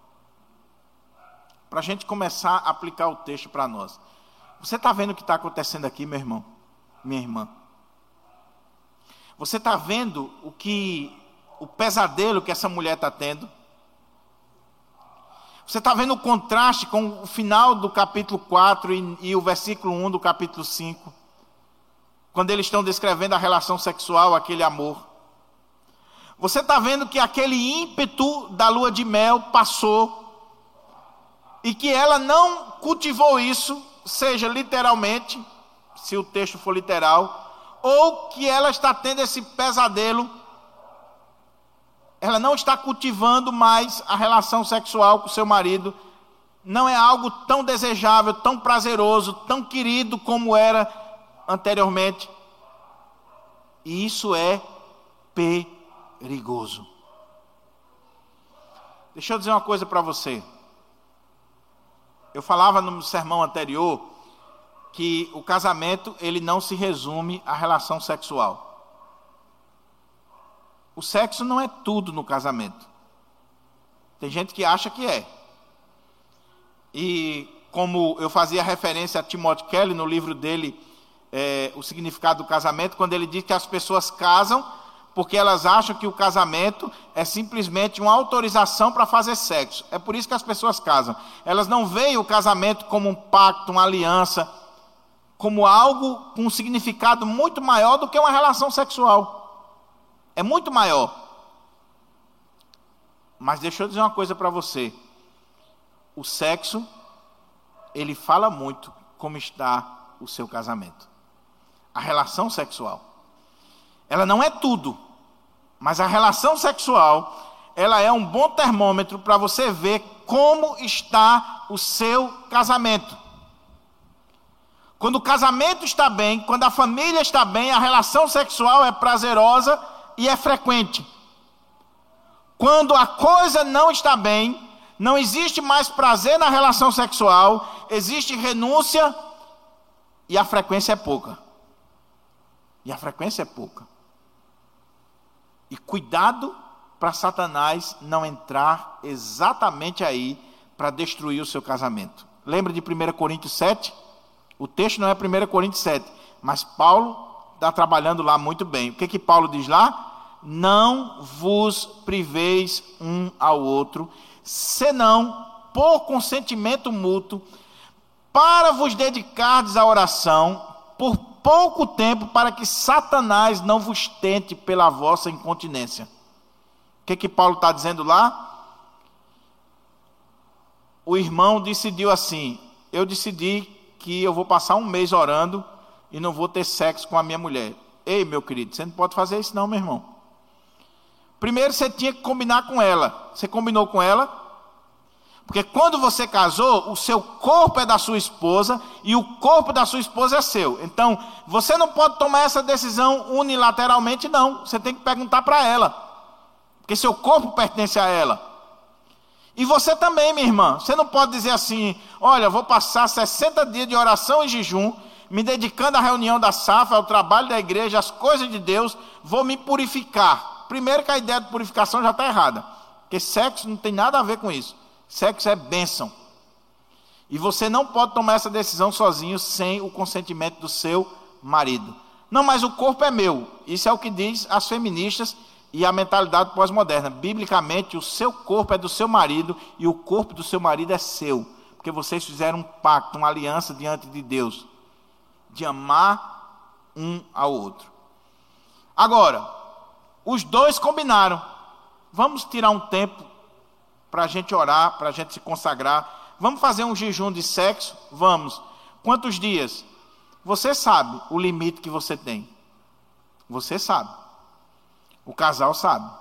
para a gente começar a aplicar o texto para nós, você está vendo o que está acontecendo aqui, meu irmão, minha irmã? Você está vendo o que, o pesadelo que essa mulher está tendo? Você está vendo o contraste com o final do capítulo quatro e, e o versículo um do capítulo cinco, quando eles estão descrevendo a relação sexual, aquele amor. Você está vendo que aquele ímpeto da lua de mel passou, e que ela não cultivou isso, seja literalmente, se o texto for literal, ou que ela está tendo esse pesadelo, ela não está cultivando mais a relação sexual com seu marido, não é algo tão desejável, tão prazeroso, tão querido como era anteriormente, e isso é perigoso. Deixa eu dizer uma coisa para você. Eu falava no sermão anterior que o casamento, ele não se resume à relação sexual. O sexo não é tudo no casamento. Tem gente que acha que é. E como eu fazia referência a Timothy Kelly no livro dele, é, o significado do casamento quando ele diz que as pessoas casam porque elas acham que o casamento é simplesmente uma autorização para fazer sexo. É por isso que as pessoas casam. Elas não veem o casamento como um pacto, uma aliança, como algo com um significado muito maior do que uma relação sexual. É muito maior. Mas deixa eu dizer uma coisa para você. O sexo, ele fala muito como está o seu casamento. A relação sexual. Ela não é tudo, mas a relação sexual, ela é um bom termômetro para você ver como está o seu casamento. Quando o casamento está bem, quando a família está bem, a relação sexual é prazerosa e é frequente. Quando a coisa não está bem, não existe mais prazer na relação sexual, existe renúncia e a frequência é pouca. E a frequência é pouca. E cuidado para Satanás não entrar exatamente aí para destruir o seu casamento. Lembra de primeira Coríntios sete? O texto não é primeira Coríntios sete, mas Paulo está trabalhando lá muito bem. O que que Paulo diz lá? Não vos priveis um ao outro, senão por consentimento mútuo, para vos dedicardes à oração, por pouco tempo, para que Satanás não vos tente pela vossa incontinência. O que que Paulo está dizendo lá? O irmão decidiu assim: eu decidi que eu vou passar um mês orando e não vou ter sexo com a minha mulher. Ei, meu querido, você não pode fazer isso não, meu irmão. Primeiro você tinha que combinar com ela. Você combinou com ela? Porque quando você casou, o seu corpo é da sua esposa e o corpo da sua esposa é seu. Então, você não pode tomar essa decisão unilateralmente, não. Você tem que perguntar para ela. Porque seu corpo pertence a ela. E você também, minha irmã. Você não pode dizer assim: olha, vou passar sessenta dias de oração e jejum, me dedicando à reunião da safra, ao trabalho da igreja, às coisas de Deus, vou me purificar. Primeiro que a ideia de purificação já está errada. Porque sexo não tem nada a ver com isso. Sexo é bênção. E você não pode tomar essa decisão sozinho, sem o consentimento do seu marido. Não, mas o corpo é meu. Isso é o que diz as feministas e a mentalidade pós-moderna. Biblicamente, o seu corpo é do seu marido e o corpo do seu marido é seu. Porque vocês fizeram um pacto, uma aliança diante de Deus, de amar um ao outro. Agora, os dois combinaram. Vamos tirar um tempo para a gente orar, para a gente se consagrar. Vamos fazer um jejum de sexo? Vamos. Quantos dias? Você sabe o limite que você tem. Você sabe. O casal sabe.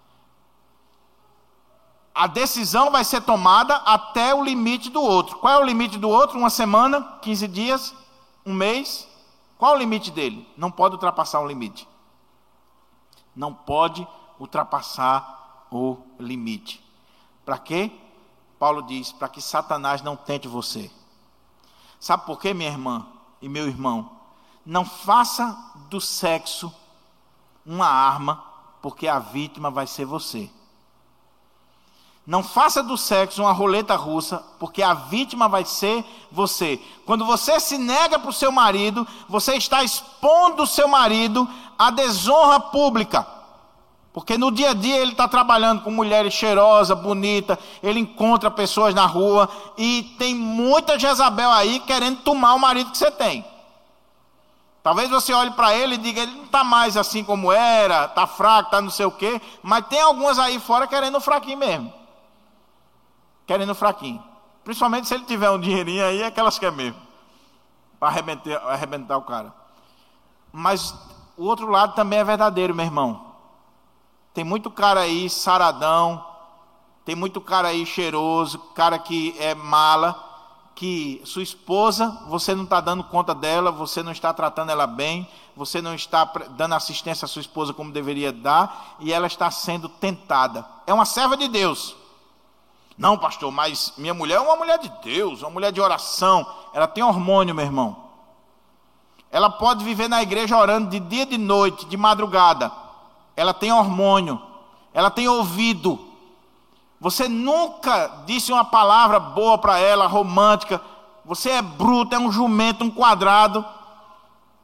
A decisão vai ser tomada até o limite do outro. Qual é o limite do outro? Uma semana? quinze dias? Um mês? Qual é o limite dele? Não pode ultrapassar o limite. Não pode ultrapassar o limite. Para quê? Paulo diz: para que Satanás não tente você. Sabe por quê, minha irmã e meu irmão? Não faça do sexo uma arma, porque a vítima vai ser você. Não faça do sexo uma roleta russa, porque a vítima vai ser você. Quando você se nega para o seu marido, você está expondo o seu marido à desonra pública. Porque no dia a dia ele está trabalhando com mulheres cheirosas, bonitas, ele encontra pessoas na rua e tem muita Jezabel aí querendo tomar o marido que você tem. Talvez você olhe para ele e diga: ele não está mais assim como era, está fraco, está não sei o quê, mas tem algumas aí fora querendo o fraquinho mesmo. Querendo o fraquinho. Principalmente se ele tiver um dinheirinho aí, é que elas querem mesmo. Para arrebentar, arrebentar o cara. Mas o outro lado também é verdadeiro, meu irmão. Tem muito cara aí saradão, tem muito cara aí cheiroso, cara que é mala, que sua esposa, você não está dando conta dela, você não está tratando ela bem, você não está dando assistência à sua esposa como deveria dar, e ela está sendo tentada. É uma serva de Deus. Não, pastor, mas minha mulher é uma mulher de Deus, uma mulher de oração. Ela tem hormônio, meu irmão. Ela pode viver na igreja orando de dia e de noite, de madrugada. Ela tem hormônio, ela tem ouvido. Você nunca disse uma palavra boa para ela, romântica. Você é bruto, é um jumento, um quadrado.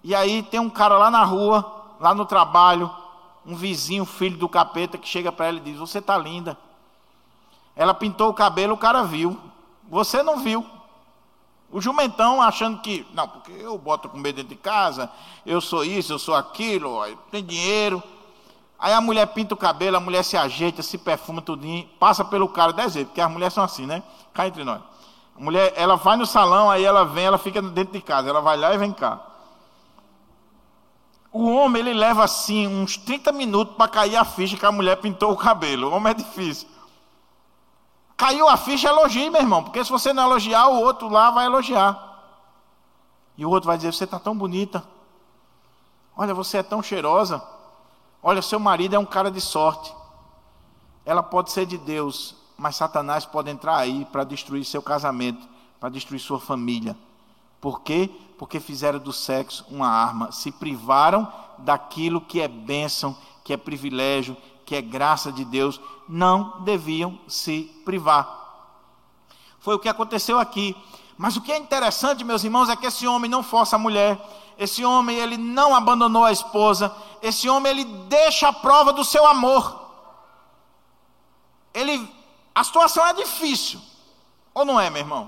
E aí tem um cara lá na rua, lá no trabalho, um vizinho, filho do capeta, que chega para ela e diz: você está linda. Ela pintou o cabelo, o cara viu. Você não viu. O jumentão achando que, não, porque eu boto comida dentro de casa, eu sou isso, eu sou aquilo, eu tenho dinheiro. Aí a mulher pinta o cabelo, a mulher se ajeita, se perfuma tudinho, passa pelo cara dez vezes, porque as mulheres são assim, né? Cá entre nós. A mulher, ela vai no salão, aí ela vem, ela fica dentro de casa, ela vai lá e vem cá. O homem, ele leva assim uns trinta minutos para cair a ficha que a mulher pintou o cabelo. O homem é difícil. Caiu a ficha, elogie, meu irmão, porque se você não elogiar, o outro lá vai elogiar. E o outro vai dizer: você está tão bonita. Olha, você é tão cheirosa. Olha, seu marido é um cara de sorte. Ela pode ser de Deus, mas Satanás pode entrar aí para destruir seu casamento, para destruir sua família. Por quê? Porque fizeram do sexo uma arma. Se privaram daquilo que é bênção, que é privilégio, que é graça de Deus. Não deviam se privar. Foi o que aconteceu aqui. Mas o que é interessante, meus irmãos, é que esse homem não força a mulher. Esse homem, ele não abandonou a esposa. Esse homem, ele deixa a prova do seu amor. Ele, a situação é difícil. Ou não é, meu irmão?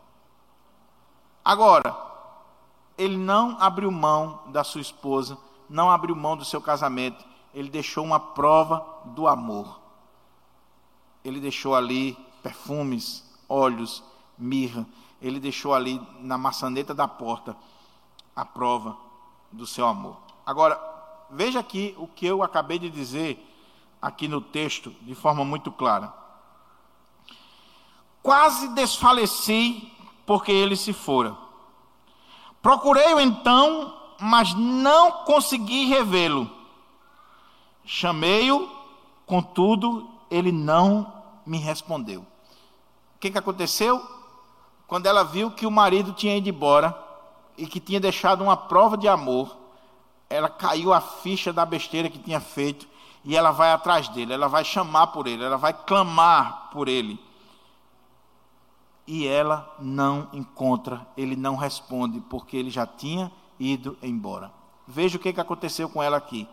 Agora, ele não abriu mão da sua esposa, não abriu mão do seu casamento. Ele deixou uma prova do amor. Ele deixou ali perfumes, óleos, mirra. Ele deixou ali na maçaneta da porta a prova do seu amor. Agora, veja aqui o que eu acabei de dizer aqui no texto de forma muito clara. Quase desfaleci porque ele se fora. Procurei-o então, mas não consegui revê-lo. Chamei-o, contudo, ele não me respondeu. O que que aconteceu? Quando ela viu que o marido tinha ido embora e que tinha deixado uma prova de amor, ela caiu a ficha da besteira que tinha feito e ela vai atrás dele, ela vai chamar por ele, ela vai clamar por ele. E ela não encontra, ele não responde, porque ele já tinha ido embora. Veja o que que aconteceu com ela aqui.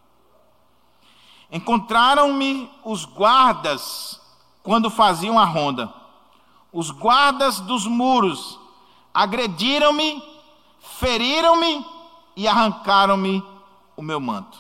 Encontraram-me os guardas quando faziam a ronda. Os guardas dos muros agrediram-me, feriram-me e arrancaram-me o meu manto.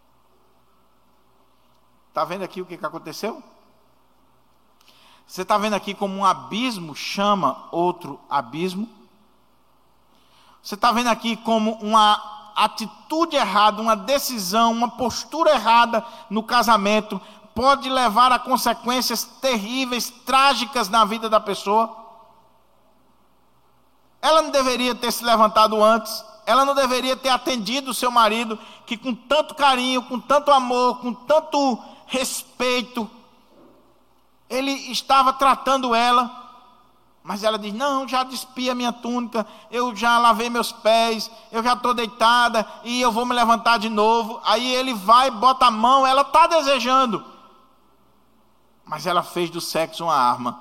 Está vendo aqui o que que aconteceu? Você está vendo aqui como um abismo chama outro abismo? Você está vendo aqui como uma atitude errada, uma decisão, uma postura errada no casamento pode levar a consequências terríveis, trágicas na vida da pessoa? Ela não deveria ter se levantado antes, ela não deveria ter atendido o seu marido, que com tanto carinho, com tanto amor, com tanto respeito, ele estava tratando ela, mas ela diz: não, já despi a minha túnica, eu já lavei meus pés, eu já estou deitada e eu vou me levantar de novo. Aí ele vai, bota a mão, ela está desejando, mas ela fez do sexo uma arma.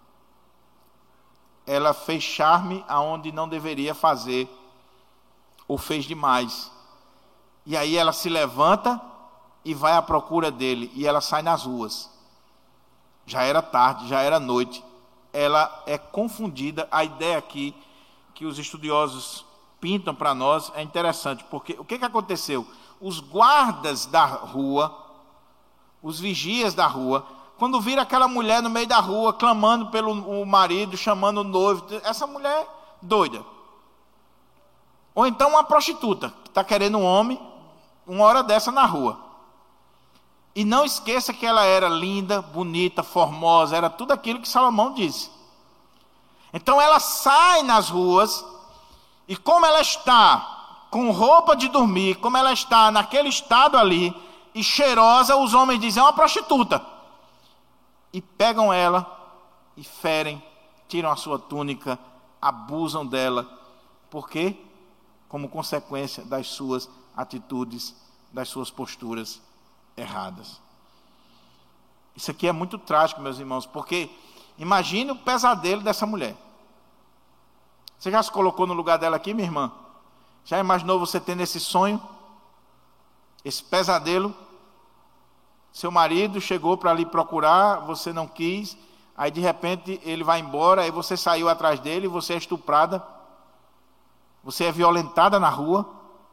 Ela fez charme aonde não deveria fazer, ou fez demais. E aí ela se levanta e vai à procura dele, e ela sai nas ruas. Já era tarde, já era noite. Ela é confundida. A ideia aqui que os estudiosos pintam para nós é interessante, porque o que que aconteceu? Os guardas da rua, os vigias da rua, quando viram aquela mulher no meio da rua, clamando pelo marido, chamando o noivo, essa mulher doida. Ou então uma prostituta, que está querendo um homem, uma hora dessa na rua. E não esqueça que ela era linda, bonita, formosa, era tudo aquilo que Salomão disse. Então ela sai nas ruas, e como ela está com roupa de dormir, como ela está naquele estado ali, e cheirosa, os homens dizem: é uma prostituta. E pegam ela, e ferem, tiram a sua túnica, abusam dela. Por quê? Como consequência das suas atitudes, das suas posturas erradas. Isso aqui é muito trágico, meus irmãos, porque imagine o pesadelo dessa mulher. Você já se colocou no lugar dela aqui, minha irmã? Já imaginou você tendo esse sonho? Esse pesadelo? Seu marido chegou para lhe procurar, você não quis, aí de repente ele vai embora, aí você saiu atrás dele, você é estuprada, você é violentada na rua,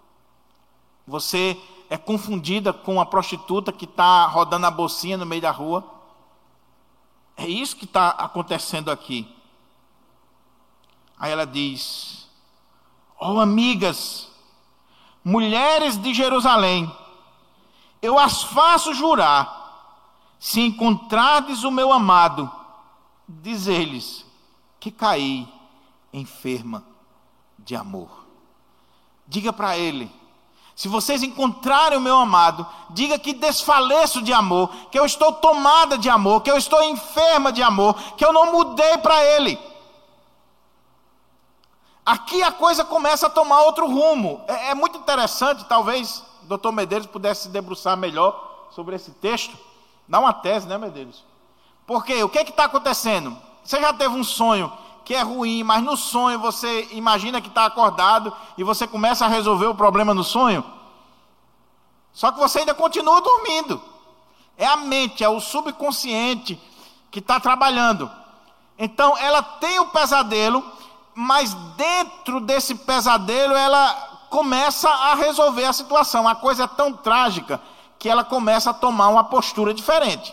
você é confundida com uma prostituta que está rodando a bolsinha no meio da rua. É isso que está acontecendo aqui. Aí ela diz: ó amigas, mulheres de Jerusalém, eu as faço jurar, se encontrardes o meu amado, dizer-lhes que caí enferma de amor. Diga para ele, se vocês encontrarem o meu amado, diga que desfaleço de amor, que eu estou tomada de amor, que eu estou enferma de amor, que eu não mudei para ele. Aqui a coisa começa a tomar outro rumo. É, é muito interessante, talvez o doutor Medeiros pudesse se debruçar melhor sobre esse texto. Dá uma tese, né, Medeiros? Porque o que está acontecendo? Você já teve um sonho que é ruim, mas no sonho você imagina que está acordado e você começa a resolver o problema no sonho? Só que você ainda continua dormindo. É a mente, é o subconsciente que está trabalhando. Então ela tem o pesadelo, mas dentro desse pesadelo ela começa a resolver a situação. A coisa é tão trágica que ela começa a tomar uma postura diferente.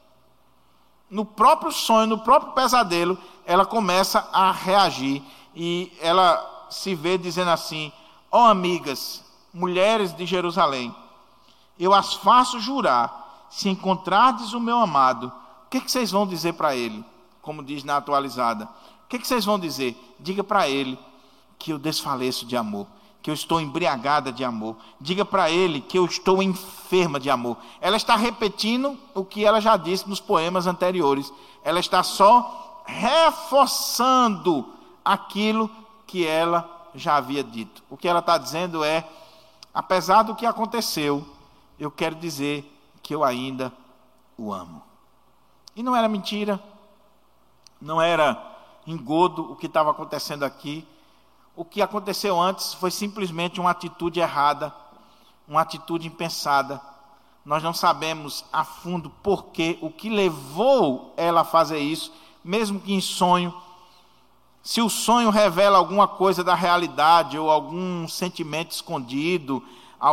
No próprio sonho, no próprio pesadelo, ela começa a reagir e ela se vê dizendo assim: ó amigas, mulheres de Jerusalém, eu as faço jurar, se encontrardes o meu amado, o que, que vocês vão dizer para ele? Como diz na atualizada, o que, que vocês vão dizer? Diga para ele que eu desfaleço de amor, que eu estou embriagada de amor. Diga para ele que eu estou enferma de amor. Ela está repetindo o que ela já disse nos poemas anteriores. Ela está só reforçando aquilo que ela já havia dito. O que ela está dizendo é: apesar do que aconteceu, eu quero dizer que eu ainda o amo. E não era mentira, não era engodo o que estava acontecendo aqui. O que aconteceu antes foi simplesmente uma atitude errada, uma atitude impensada. Nós não sabemos a fundo porquê, o que levou ela a fazer isso, mesmo que em sonho. Se o sonho revela alguma coisa da realidade, ou algum sentimento escondido,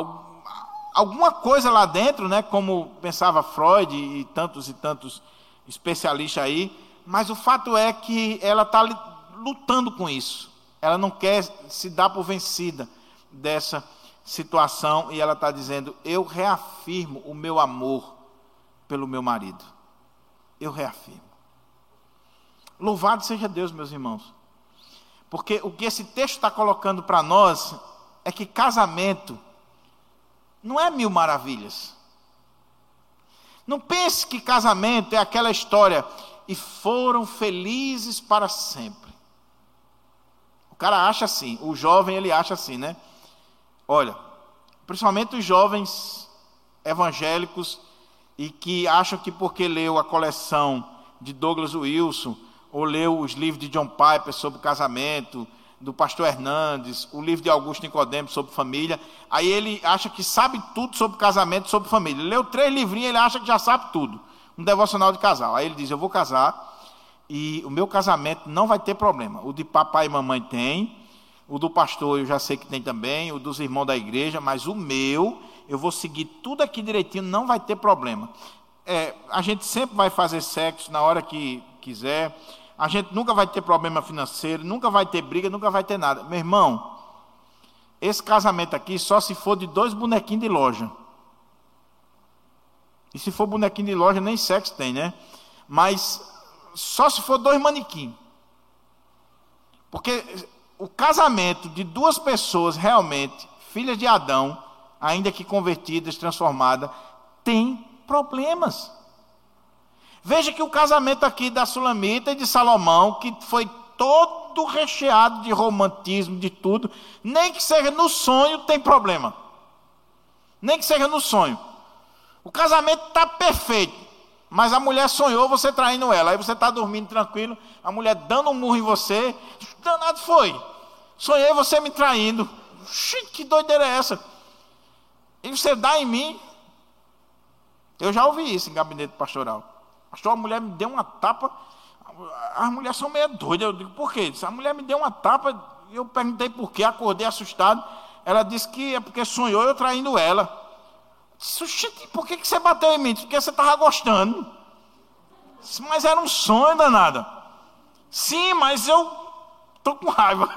alguma coisa lá dentro, né, como pensava Freud e tantos e tantos especialistas aí, mas o fato é que ela está lutando com isso. Ela não quer se dar por vencida dessa situação e ela está dizendo: eu reafirmo o meu amor pelo meu marido. Eu reafirmo. Louvado seja Deus, meus irmãos. Porque o que esse texto está colocando para nós é que casamento não é mil maravilhas. Não pense que casamento é aquela história e foram felizes para sempre. O cara acha assim, o jovem ele acha assim, né? Olha, principalmente os jovens evangélicos e que acham que porque leu a coleção de Douglas Wilson, ou leu os livros de John Piper sobre casamento, do pastor Hernandes, o livro de Augusto Nicodemo sobre família, aí ele acha que sabe tudo sobre casamento, sobre família. Ele leu três livrinhos, ele acha que já sabe tudo. Um devocional de casal. Aí ele diz: eu vou casar e o meu casamento não vai ter problema. O de papai e mamãe tem, o do pastor eu já sei que tem também, o dos irmãos da igreja, mas o meu, eu vou seguir tudo aqui direitinho, não vai ter problema. É, a gente sempre vai fazer sexo na hora que quiser, a gente nunca vai ter problema financeiro, nunca vai ter briga, nunca vai ter nada. Meu irmão, esse casamento aqui só se for de dois bonequinhos de loja. E se for bonequinho de loja, nem sexo tem, né? Mas só se for dois manequins. Porque o casamento de duas pessoas realmente, filhas de Adão, ainda que convertidas, transformadas, tem problemas. Veja que o casamento aqui da Sulamita e de Salomão, que foi todo recheado de romantismo, de tudo, nem que seja no sonho tem problema. Nem que seja no sonho. O casamento está perfeito, mas a mulher sonhou você traindo ela. Aí você está dormindo tranquilo, a mulher dando um murro em você. Danado foi. Sonhei você me traindo. Gente, que doideira é essa? E você dá em mim? Eu já ouvi isso em gabinete pastoral. Pastor, a mulher me deu uma tapa. As mulheres são meio doidas. Eu digo, por quê? A mulher me deu uma tapa. Eu perguntei por quê, acordei assustado. Ela disse que é porque sonhou eu traindo ela. Gente, por que você bateu em mim? Porque você estava gostando. Mas era um sonho, danada. Sim, mas eu estou com raiva.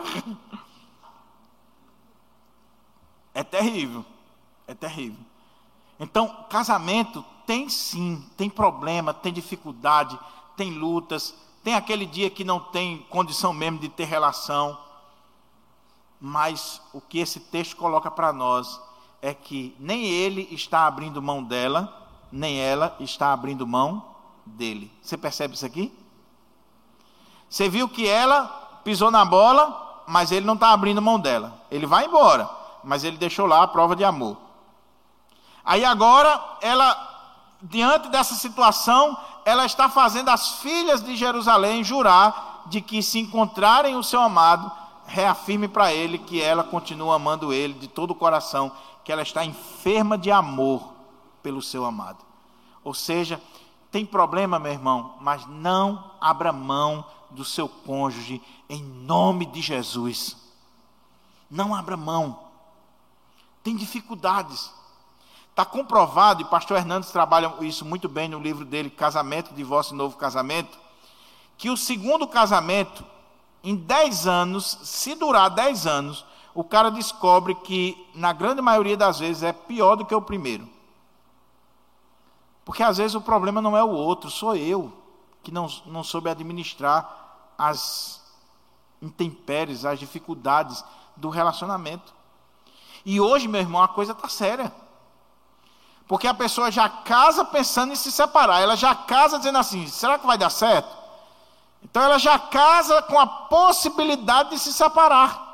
É terrível. É terrível. Então, casamento tem sim, tem problema, tem dificuldade, tem lutas, tem aquele dia que não tem condição mesmo de ter relação. Mas o que esse texto coloca para nós é que nem ele está abrindo mão dela, nem ela está abrindo mão dele. Você percebe isso aqui? Você viu que ela pisou na bola, mas ele não está abrindo mão dela. Ele vai embora, mas ele deixou lá a prova de amor. Aí agora, ela, diante dessa situação, ela está fazendo as filhas de Jerusalém jurar de que, se encontrarem o seu amado, reafirme para ele que ela continua amando ele de todo o coração, que ela está enferma de amor pelo seu amado. Ou seja, tem problema, meu irmão, mas não abra mão do seu cônjuge em nome de Jesus. Não abra mão. Tem dificuldades. Está comprovado, e pastor Hernandes trabalha isso muito bem no livro dele, Casamento, Divórcio e Novo Casamento, que o segundo casamento, em dez anos, se durar dez anos, o cara descobre que, na grande maioria das vezes, é pior do que o primeiro. Porque às vezes o problema não é o outro, sou eu, que não, não soube administrar as intempéries, as dificuldades do relacionamento. E hoje, meu irmão, a coisa está séria. Porque a pessoa já casa pensando em se separar, ela já casa dizendo assim, será que vai dar certo? Então ela já casa com a possibilidade de se separar.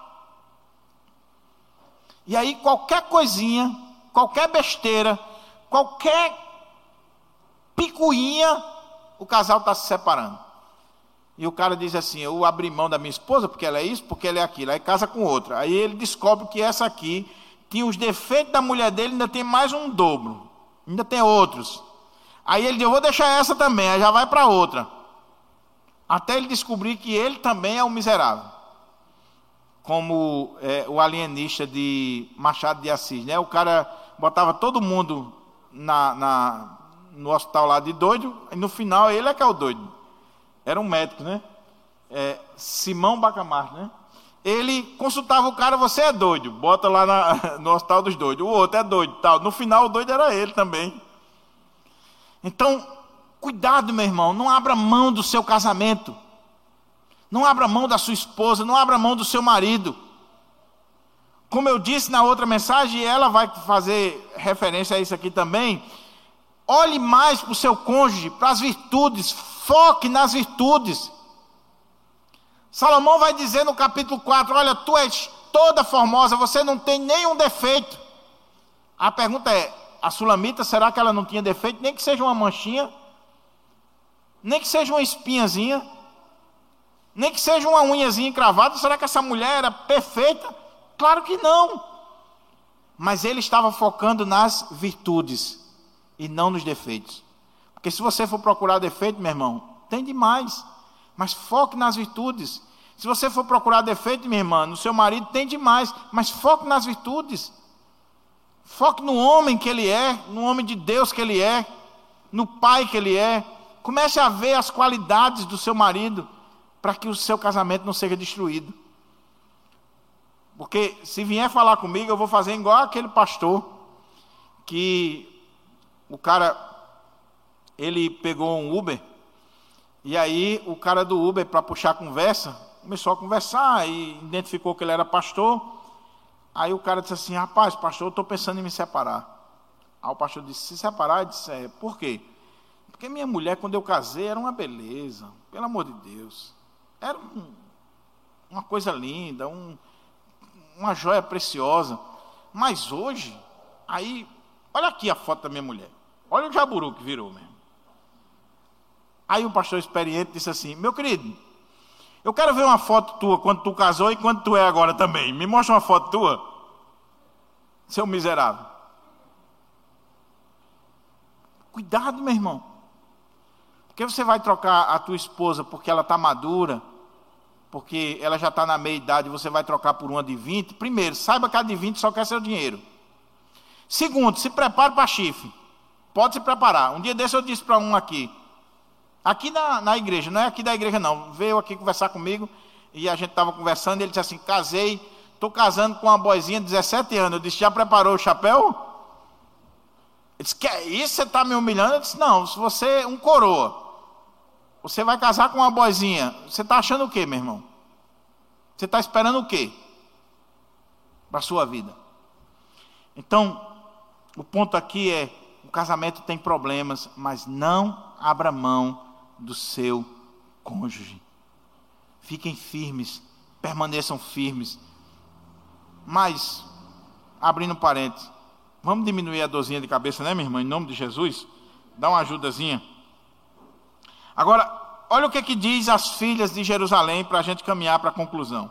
E aí qualquer coisinha, qualquer besteira, qualquer picuinha, o casal está se separando. E o cara diz assim, eu abri mão da minha esposa porque ela é isso, porque ela é aquilo. Aí casa com outra. Aí ele descobre que essa aqui tinha os defeitos da mulher dele, ainda tem mais um dobro. Ainda tem outros. Aí ele diz, eu vou deixar essa também, aí já vai para outra. Até ele descobrir que ele também é um miserável. Como é, o alienista de Machado de Assis, né? O cara botava todo mundo na, na, no hospital lá de doido, e no final ele é que é o doido. Era um médico, né? É, Simão Bacamarte, né? Ele consultava o cara, você é doido, bota lá na, no hospital dos doidos. O outro é doido, tal. No final o doido era ele também. Então, cuidado, meu irmão, não abra mão do seu casamento. Não abra mão da sua esposa, não abra mão do seu marido. Como eu disse na outra mensagem, e ela vai fazer referência a isso aqui também, olhe mais para o seu cônjuge, para as virtudes, foque nas virtudes. Salomão vai dizer no capítulo quatro, olha, tu és toda formosa, você não tem nenhum defeito. A pergunta é, a sulamita, será que ela não tinha defeito? Nem que seja uma manchinha, nem que seja uma espinhazinha, nem que seja uma unhazinha encravada, será que essa mulher era perfeita? Claro que não. Mas ele estava focando nas virtudes e não nos defeitos. Porque se você for procurar defeito, meu irmão, tem demais. Mas foque nas virtudes. Se você for procurar defeito, minha irmã, no seu marido tem demais, mas foque nas virtudes. Foque no homem que ele é, no homem de Deus que ele é, no pai que ele é. Comece a ver as qualidades do seu marido, para que o seu casamento não seja destruído. Porque se vier falar comigo, eu vou fazer igual aquele pastor, que o cara, ele pegou um Uber, e aí o cara do Uber, para puxar a conversa, começou a conversar e identificou que ele era pastor. Aí o cara disse assim, rapaz, pastor, eu estou pensando em me separar. Aí o pastor disse, se separar? Ele disse, é, por quê? Porque minha mulher, quando eu casei, era uma beleza, pelo amor de Deus. Era um, uma coisa linda, um, uma joia preciosa. Mas hoje, aí, olha aqui a foto da minha mulher. Olha o jaburu que virou mesmo. Aí um pastor experiente disse assim, meu querido, eu quero ver uma foto tua quando tu casou e quando tu é agora também. Me mostra uma foto tua. seu miserável. Cuidado, meu irmão. Porque você vai trocar a tua esposa porque ela está madura, porque ela já está na meia idade, você vai trocar por uma de vinte. Primeiro, saiba que a de vinte só quer seu dinheiro. Segundo, se prepare para chifre. Pode se preparar. Um dia desse eu disse para um aqui, aqui na, na igreja, não é aqui da igreja não, veio aqui conversar comigo, e a gente estava conversando, e ele disse assim, casei, estou casando com uma boizinha de dezessete anos. Eu disse, já preparou o chapéu? Ele disse, que é isso, você está me humilhando? Eu disse, não, se você é um coroa, você vai casar com uma boizinha, você está achando o quê, meu irmão? Você está esperando o quê para a sua vida? Então, o ponto aqui é, o casamento tem problemas, mas não abra mão do seu cônjuge. Fiquem firmes, permaneçam firmes. Mas, abrindo parênteses, vamos diminuir a dorzinha de cabeça, né, minha irmã? Em nome de Jesus, dá uma ajudazinha. Agora, olha o que, que diz as filhas de Jerusalém, para a gente caminhar para a conclusão.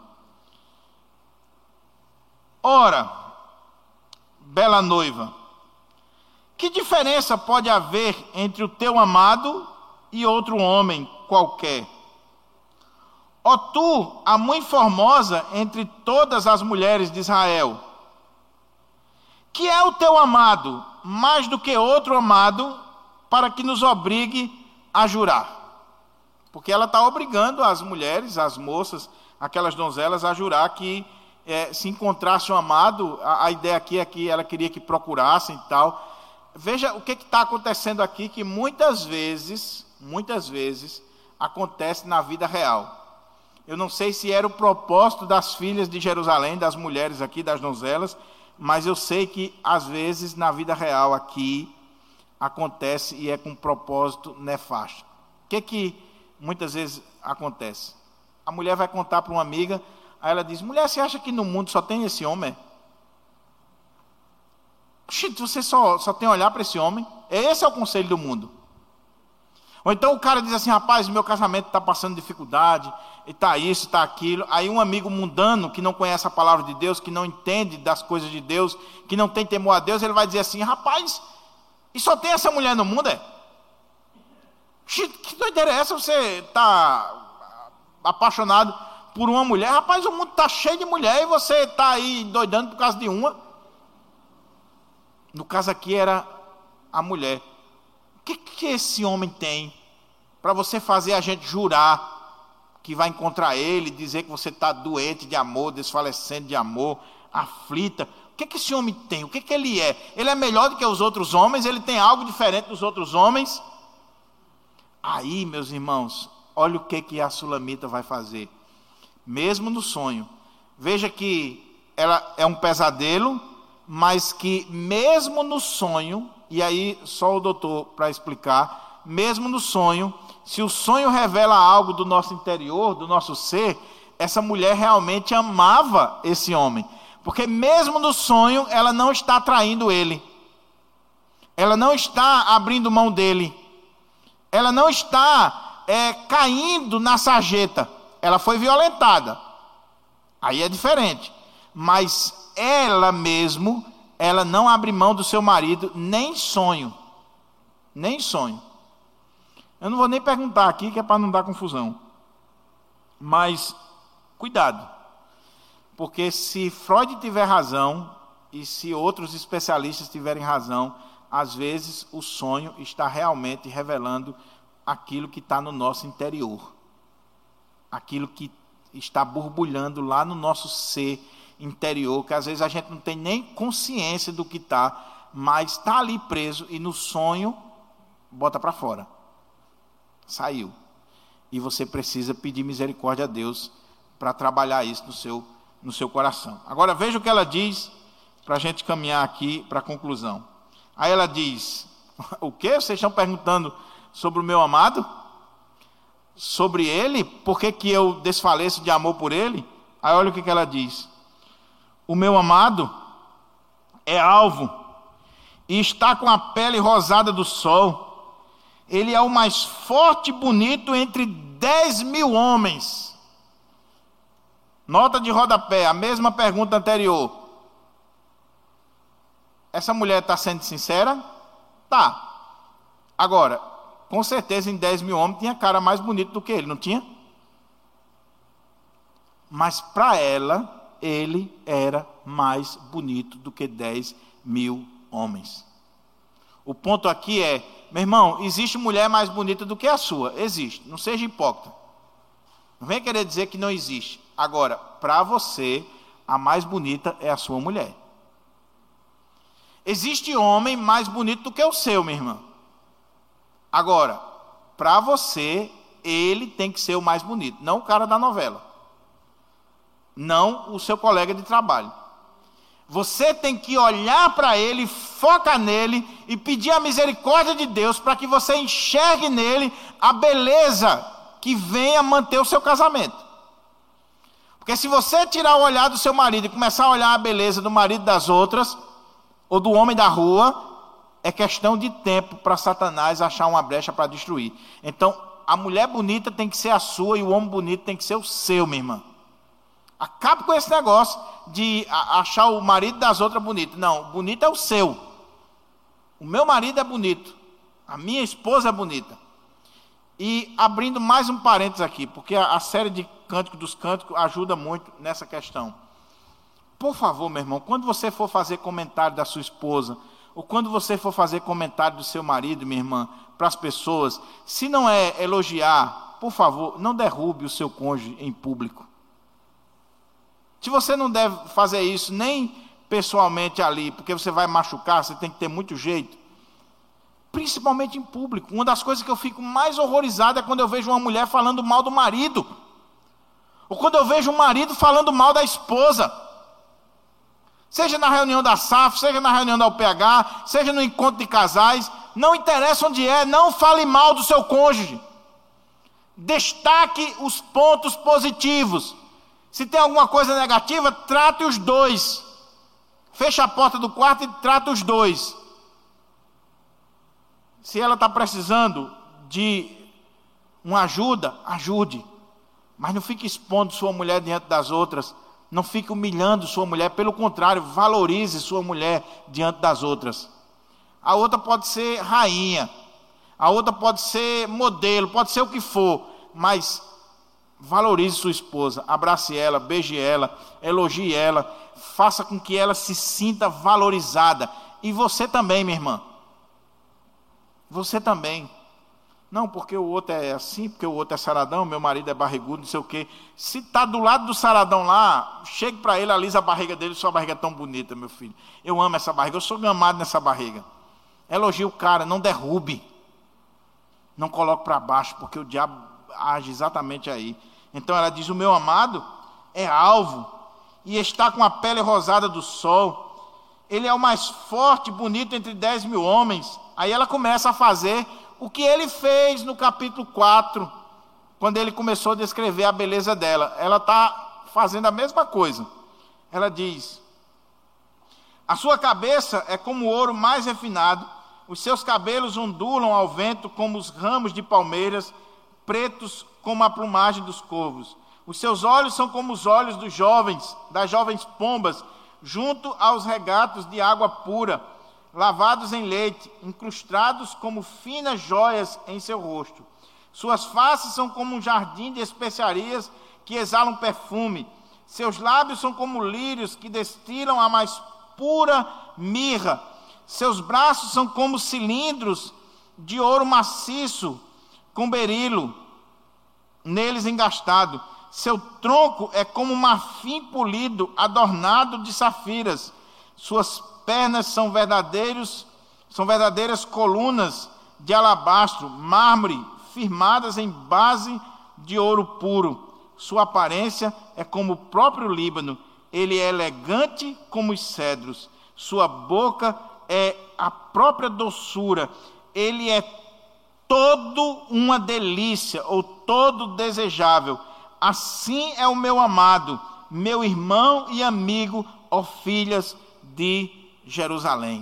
Ora, bela noiva, que diferença pode haver entre o teu amado e outro homem qualquer? Ó tu, a muito formosa entre todas as mulheres de Israel, que é o teu amado mais do que outro amado, para que nos obrigue a jurar? Porque ela está obrigando as mulheres, as moças, aquelas donzelas a jurar que é, se encontrasse um amado, a, a ideia aqui é que ela queria que procurassem e tal. Veja o que está acontecendo aqui, que muitas vezes, muitas vezes, acontece na vida real. Eu não sei se era o propósito das filhas de Jerusalém, das mulheres aqui, das donzelas, mas eu sei que, às vezes, na vida real aqui, acontece e é com propósito nefasto. O que que muitas vezes acontece? A mulher vai contar para uma amiga, aí ela diz, mulher, você acha que no mundo só tem esse homem? Gente, você só, só tem a olhar para esse homem? Esse é o conselho do mundo. Ou então o cara diz assim, rapaz, meu casamento está passando dificuldade, e está isso, está aquilo. Aí um amigo mundano, que não conhece a palavra de Deus, que não entende das coisas de Deus, que não tem temor a Deus, ele vai dizer assim, rapaz, e só tem essa mulher no mundo, é? Que doideira é essa? Você está apaixonado por uma mulher? Rapaz, o mundo está cheio de mulher, e você está aí doidando por causa de uma. No caso aqui era a mulher. O que, que esse homem tem para você fazer a gente jurar que vai encontrar ele, dizer que você está doente de amor, desfalecendo de amor, aflita? O que, que esse homem tem? O que, que ele é? Ele é melhor do que os outros homens? Ele tem algo diferente dos outros homens? Aí, meus irmãos, olha o que, que a sulamita vai fazer. Mesmo no sonho. Veja que ela é um pesadelo, mas que mesmo no sonho, e aí só o doutor para explicar, mesmo no sonho, se o sonho revela algo do nosso interior, do nosso ser, essa mulher realmente amava esse homem, porque mesmo no sonho ela não está traindo ele, ela não está abrindo mão dele, ela não está é, caindo na sarjeta, ela foi violentada, aí é diferente, mas ela mesmo, ela não abre mão do seu marido, nem sonho, nem sonho. Eu não vou nem perguntar aqui, que é para não dar confusão. Mas, cuidado, porque se Freud tiver razão, e se outros especialistas tiverem razão, às vezes o sonho está realmente revelando aquilo que está no nosso interior, aquilo que está borbulhando lá no nosso ser interior, que às vezes a gente não tem nem consciência do que está, mas está ali preso e no sonho bota para fora, saiu, e você precisa pedir misericórdia a Deus para trabalhar isso no seu, no seu coração. Agora veja o que ela diz, para a gente caminhar aqui para a conclusão. Aí ela diz, o que? Vocês estão perguntando sobre o meu amado? Sobre ele? Por que que eu desfaleço de amor por ele? Aí olha o que que ela diz. O meu amado é alvo e está com a pele rosada do sol. Ele é o mais forte e bonito entre dez mil homens. Nota de rodapé, a mesma pergunta anterior. Essa mulher está sendo sincera? Tá. Agora, com certeza em dez mil homens tinha cara mais bonito do que ele, não tinha? Mas para ela, ele era mais bonito do que dez mil homens. O ponto aqui é, meu irmão, existe mulher mais bonita do que a sua? Existe, não seja hipócrita. Não venha querer dizer que não existe. Agora, para você, a mais bonita é a sua mulher. Existe homem mais bonito do que o seu, minha irmã. Agora, para você, ele tem que ser o mais bonito, não o cara da novela. Não o seu colega de trabalho. Você tem que olhar para ele, focar nele e pedir a misericórdia de Deus para que você enxergue nele a beleza que venha manter o seu casamento. Porque se você tirar o olhar do seu marido e começar a olhar a beleza do marido das outras, ou do homem da rua, é questão de tempo para Satanás achar uma brecha para destruir. Então, a mulher bonita tem que ser a sua e o homem bonito tem que ser o seu, minha irmã. Acabe com esse negócio de achar o marido das outras bonito. Não, bonito é o seu. O meu marido é bonito. A minha esposa é bonita. E abrindo mais um parênteses aqui, porque a, a série de Cântico dos Cânticos ajuda muito nessa questão. Por favor, meu irmão, quando você for fazer comentário da sua esposa, ou quando você for fazer comentário do seu marido, minha irmã, para as pessoas, se não é elogiar, por favor, não derrube o seu cônjuge em público. Se você não deve fazer isso nem pessoalmente ali, porque você vai machucar, você tem que ter muito jeito, principalmente em público. Uma das coisas que eu fico mais horrorizado é quando eu vejo uma mulher falando mal do marido, ou quando eu vejo um marido falando mal da esposa. Seja na reunião da S A F, seja na reunião da U P H, seja no encontro de casais, não interessa onde é, não fale mal do seu cônjuge. Destaque os pontos positivos. Se tem alguma coisa negativa, trate os dois. Feche a porta do quarto e trate os dois. Se ela está precisando de uma ajuda, ajude. Mas não fique expondo sua mulher diante das outras. Não fique humilhando sua mulher, pelo contrário, valorize sua mulher diante das outras. A outra pode ser rainha, a outra pode ser modelo, pode ser o que for, mas valorize sua esposa, abrace ela, beije ela, elogie ela, faça com que ela se sinta valorizada. E você também, minha irmã. Você também. Não, porque o outro é assim, porque o outro é saradão, meu marido é barrigudo, não sei o quê. Se está do lado do saradão lá, chegue para ele, alisa a barriga dele, sua barriga é tão bonita, meu filho. Eu amo essa barriga, eu sou gamado nessa barriga. Elogie o cara, não derrube. Não coloque para baixo, porque o diabo age exatamente aí. Então ela diz, o meu amado é alvo, e está com a pele rosada do sol. Ele é o mais forte e bonito entre dez mil homens. Aí ela começa a fazer o que ele fez no capítulo quatro, quando ele começou a descrever a beleza dela. Ela está fazendo a mesma coisa. Ela diz, a sua cabeça é como o ouro mais refinado, os seus cabelos ondulam ao vento como os ramos de palmeiras, pretos como a plumagem dos corvos. Os seus olhos são como os olhos dos jovens, das jovens pombas, junto aos regatos de água pura, lavados em leite, incrustados como finas joias em seu rosto. Suas faces são como um jardim de especiarias que exalam perfume. Seus lábios são como lírios que destilam a mais pura mirra. Seus braços são como cilindros de ouro maciço, com berilo neles engastado. Seu tronco é como marfim polido, adornado de safiras. Suas pernas são verdadeiros, são verdadeiras colunas de alabastro, mármore, firmadas em base de ouro puro. Sua aparência é como o próprio Líbano. Ele é elegante como os cedros. Sua boca é a própria doçura. Ele é todo uma delícia, ou todo desejável. Assim é o meu amado, meu irmão e amigo, ó filhas de Jerusalém.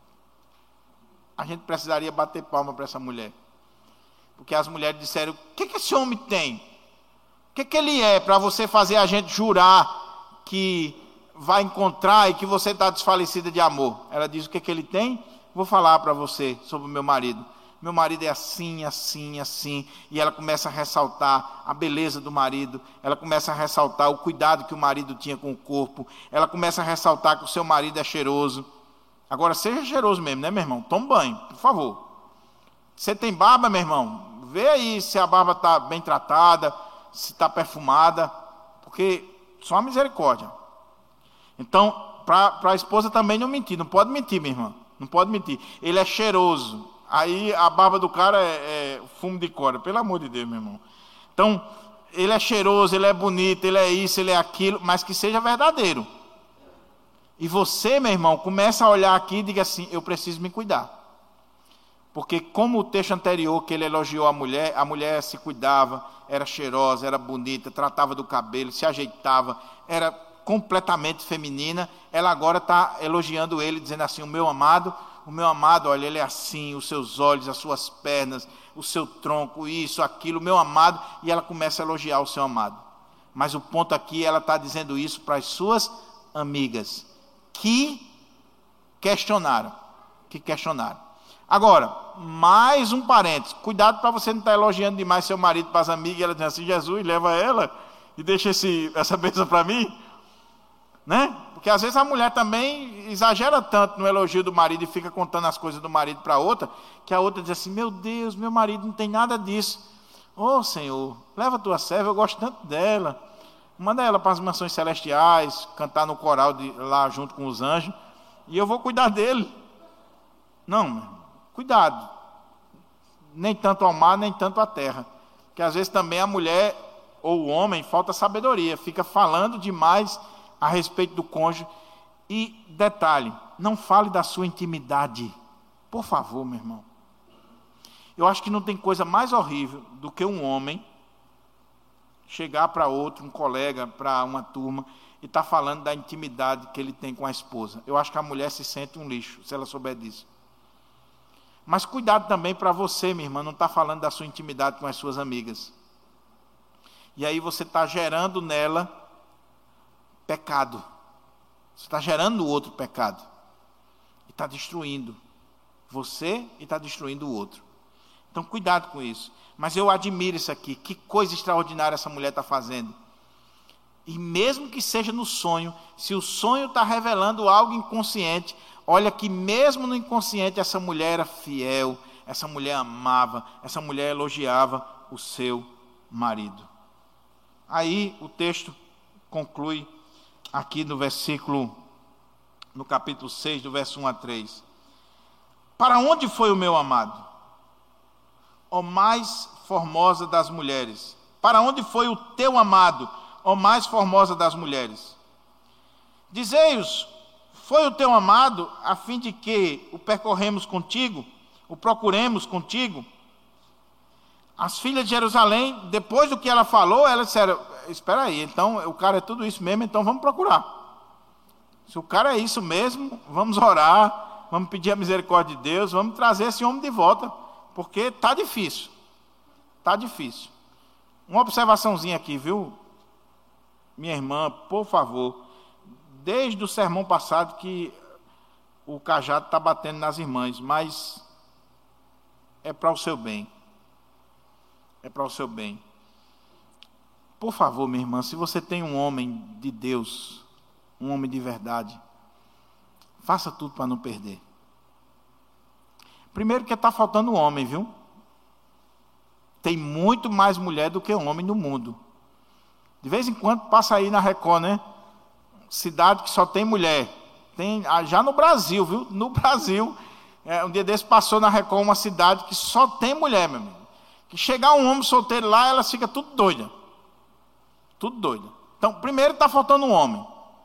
A gente precisaria bater palma para essa mulher, porque as mulheres disseram, o que, que esse homem tem? O que, que ele é para você fazer a gente jurar que vai encontrar e que você está desfalecida de amor. Ela diz: o que, é que ele tem? Vou falar para você sobre o meu marido. Meu marido é assim, assim, assim. E ela começa a ressaltar a beleza do marido. Ela começa a ressaltar o cuidado que o marido tinha com o corpo. Ela começa a ressaltar que o seu marido é cheiroso. Agora, seja cheiroso mesmo, né, meu irmão? Tome banho, por favor. Você tem barba, meu irmão? Vê aí se a barba está bem tratada, se está perfumada. Porque só a misericórdia. Então, para a esposa também não mentir. Não pode mentir, minha irmã. Não pode mentir. Ele é cheiroso. Aí a barba do cara é, é fumo de cobra. Pelo amor de Deus, meu irmão. Então, ele é cheiroso, ele é bonito, ele é isso, ele é aquilo, mas que seja verdadeiro. E você, meu irmão, começa a olhar aqui e diga assim: eu preciso me cuidar. Porque como o texto anterior que ele elogiou a mulher, a mulher se cuidava, era cheirosa, era bonita, tratava do cabelo, se ajeitava, era completamente feminina. Ela agora está elogiando ele, dizendo assim: o meu amado, o meu amado, olha, ele é assim, os seus olhos, as suas pernas, o seu tronco, isso, aquilo, o meu amado. E ela começa a elogiar o seu amado. Mas o ponto aqui, ela está dizendo isso para as suas amigas, que questionaram, que questionaram. Agora, mais um parênteses, cuidado para você não estar elogiando demais seu marido para as amigas, e ela diz assim: Jesus, leva ela e deixa esse, essa bênção para mim, né? Porque às vezes a mulher também exagera tanto no elogio do marido e fica contando as coisas do marido para a outra, que a outra diz assim: meu Deus, meu marido não tem nada disso. Ô Senhor, leva a tua serva, eu gosto tanto dela, manda ela para as mansões celestiais, cantar no coral de, lá junto com os anjos, e eu vou cuidar dele. Não, meu irmão. Cuidado, nem tanto ao mar, nem tanto à terra, que às vezes também a mulher ou o homem falta sabedoria, fica falando demais a respeito do cônjuge. E detalhe, não fale da sua intimidade, por favor, meu irmão. Eu acho que não tem coisa mais horrível do que um homem chegar para outro, um colega, para uma turma, e estar tá falando da intimidade que ele tem com a esposa. Eu acho que a mulher se sente um lixo, se ela souber disso. Mas cuidado também para você, minha irmã, não estar tá falando da sua intimidade com as suas amigas. E aí você está gerando nela pecado. Você está gerando o outro pecado. E está destruindo você e está destruindo o outro. Então cuidado com isso. Mas eu admiro isso aqui. Que coisa extraordinária essa mulher está fazendo. E mesmo que seja no sonho, se o sonho está revelando algo inconsciente, olha que mesmo no inconsciente essa mulher era fiel, essa mulher amava, essa mulher elogiava o seu marido. Aí o texto conclui aqui no versículo, no capítulo seis, do verso um a três. Para onde foi o meu amado? Ó mais formosa das mulheres. Para onde foi o teu amado? Ó mais formosa das mulheres. Dizei-os: foi o teu amado, a fim de que o percorremos contigo, o procuremos contigo? As filhas de Jerusalém, depois do que ela falou, elas disseram: espera aí, então o cara é tudo isso mesmo, então vamos procurar. Se o cara é isso mesmo, vamos orar, vamos pedir a misericórdia de Deus, vamos trazer esse homem de volta, porque está difícil, está difícil. Uma observaçãozinha aqui, viu, minha irmã, por favor. Desde o sermão passado que o cajado está batendo nas irmãs, mas é para o seu bem. É para o seu bem. Por favor, minha irmã, se você tem um homem de Deus, um homem de verdade, faça tudo para não perder. Primeiro que está faltando homem, viu? Tem muito mais mulher do que homem no mundo. De vez em quando passa aí na Record, né? Cidade que só tem mulher. Tem, já no Brasil, viu? No Brasil, é, um dia desse passou na Record uma cidade que só tem mulher, meu amigo. Que chegar um homem solteiro lá, ela fica tudo doida. Tudo doida. Então, primeiro está faltando um homem.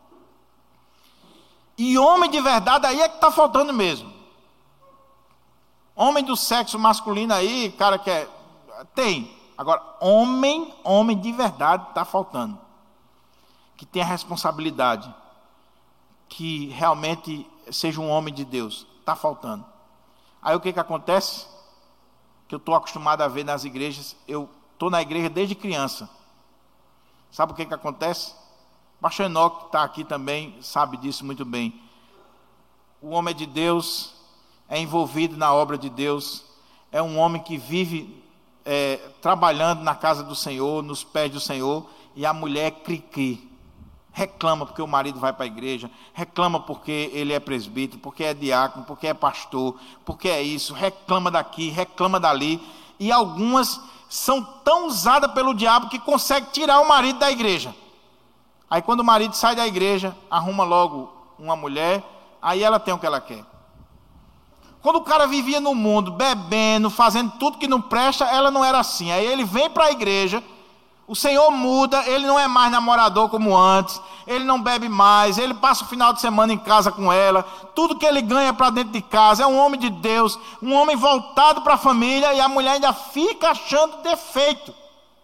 E homem de verdade aí é que está faltando mesmo. Homem do sexo masculino aí, cara que é... Tem. Agora, homem, homem de verdade está faltando. Que tenha responsabilidade, que realmente seja um homem de Deus, está faltando. Aí o que que acontece? Que eu estou acostumado a ver nas igrejas, eu estou na igreja desde criança. Sabe o que que acontece? pastor Enoque, que está aqui também, sabe disso muito bem. O homem é de Deus, é envolvido na obra de Deus, é um homem que vive é, trabalhando na casa do Senhor, nos pés do Senhor, e a mulher cri-cri. Reclama porque o marido vai para a igreja, reclama porque ele é presbítero, porque é diácono, porque é pastor, porque é isso, reclama daqui, reclama dali, e algumas são tão usadas pelo diabo que consegue tirar o marido da igreja. Aí quando o marido sai da igreja, arruma logo uma mulher, aí ela tem o que ela quer. Quando o cara vivia no mundo, bebendo, fazendo tudo que não presta, ela não era assim. Aí ele vem para a igreja, o Senhor muda, ele não é mais namorador como antes, ele não bebe mais, ele passa o final de semana em casa com ela, tudo que ele ganha para dentro de casa, é um homem de Deus, um homem voltado para a família, e a mulher ainda fica achando defeito.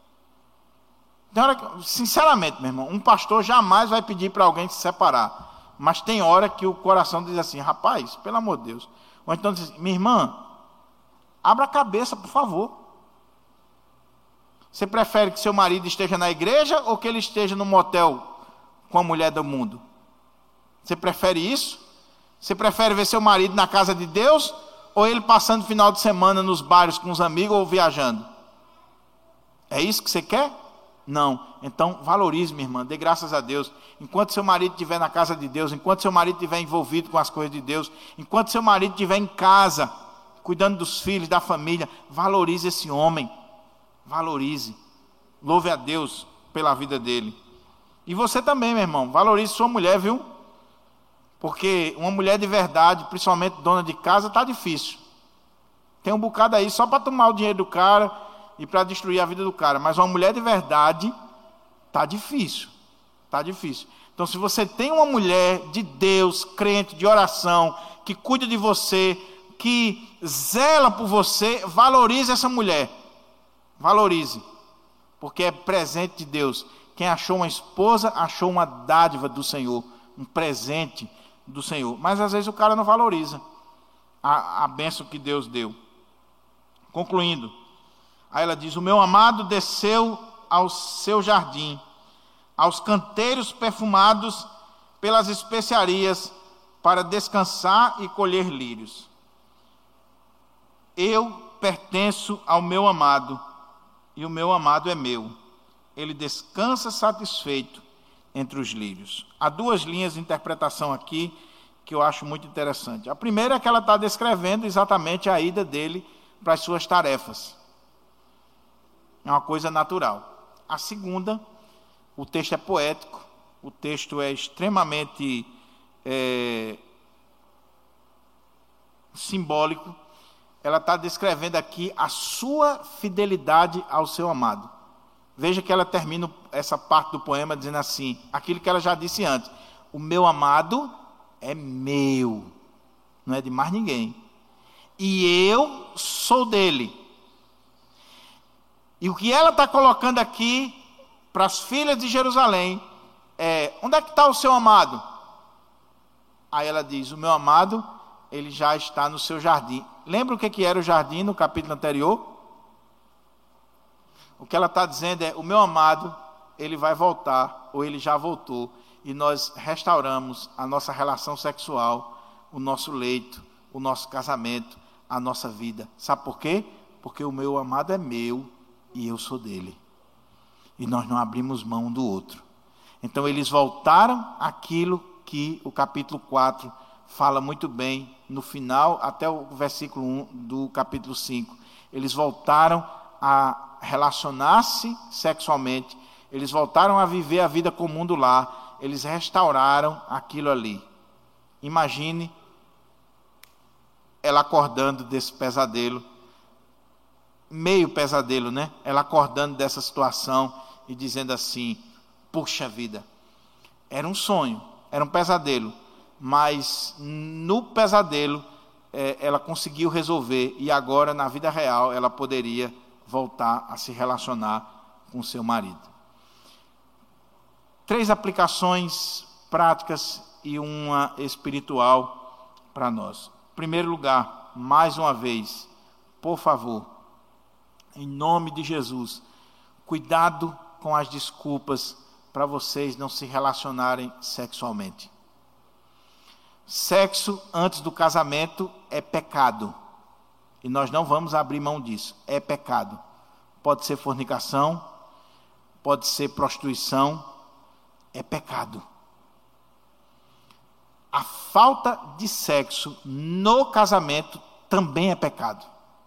Então, sinceramente, meu irmão, um pastor jamais vai pedir para alguém se separar, mas tem hora que o coração diz assim, rapaz, pelo amor de Deus, ou então diz, minha irmã, abra a cabeça, por favor. Você prefere que seu marido esteja na igreja ou que ele esteja no motel com a mulher do mundo? Você prefere isso? Você prefere ver seu marido na casa de Deus ou ele passando o final de semana nos bares com os amigos ou viajando? É isso que você quer? Não. Então valorize, minha irmã, dê graças a Deus. Enquanto seu marido estiver na casa de Deus, enquanto seu marido estiver envolvido com as coisas de Deus, enquanto seu marido estiver em casa, cuidando dos filhos, da família, valorize esse homem. Valorize, louve a Deus pela vida dele. E você também, meu irmão, valorize sua mulher, viu? Porque uma mulher de verdade, principalmente dona de casa, está difícil. Tem um bocado aí só para tomar o dinheiro do cara e para destruir a vida do cara. Mas uma mulher de verdade, está difícil. Está difícil. Então, se você tem uma mulher de Deus, crente, de oração, que cuida de você, que zela por você, valorize essa mulher. Valorize, porque é presente de Deus. Quem achou uma esposa, achou uma dádiva do Senhor, um presente do Senhor. Mas às vezes o cara não valoriza a, a bênção que Deus deu. Concluindo, aí ela diz, o meu amado desceu ao seu jardim, aos canteiros perfumados pelas especiarias, para descansar e colher lírios. Eu pertenço ao meu amado, e o meu amado é meu. Ele descansa satisfeito entre os lírios. Há duas linhas de interpretação aqui que eu acho muito interessante. A primeira é que ela está descrevendo exatamente a ida dele para as suas tarefas. É uma coisa natural. A segunda, o texto é poético, o texto é extremamente é, simbólico. Ela está descrevendo aqui a sua fidelidade ao seu amado. Veja que ela termina essa parte do poema dizendo assim, aquilo que ela já disse antes, o meu amado é meu, não é de mais ninguém, e eu sou dele. E o que ela está colocando aqui para as filhas de Jerusalém é, onde é que está o seu amado? Aí ela diz, o meu amado, ele já está no seu jardim. Lembra o que era o jardim no capítulo anterior? O que ela está dizendo é, o meu amado, ele vai voltar, ou ele já voltou, e nós restauramos a nossa relação sexual, o nosso leito, o nosso casamento, a nossa vida. Sabe por quê? Porque o meu amado é meu, e eu sou dele. E nós não abrimos mão um do outro. Então eles voltaram àquilo que o capítulo quatro fala muito bem, no final, até o versículo um do capítulo cinco. Eles voltaram a relacionar-se sexualmente, eles voltaram a viver a vida comum do lar, eles restauraram aquilo ali. Imagine ela acordando desse pesadelo, meio pesadelo, né? Ela acordando dessa situação e dizendo assim, puxa vida, era um sonho, era um pesadelo, mas no pesadelo é, ela conseguiu resolver, e agora na vida real ela poderia voltar a se relacionar com seu marido. Três aplicações práticas e uma espiritual para nós. Em primeiro lugar, mais uma vez, por favor, em nome de Jesus, cuidado com as desculpas para vocês não se relacionarem sexualmente. Sexo antes do casamento é pecado. E nós não vamos abrir mão disso. É pecado. Pode ser fornicação, pode ser prostituição, é pecado. A falta de sexo no casamento também é pecado.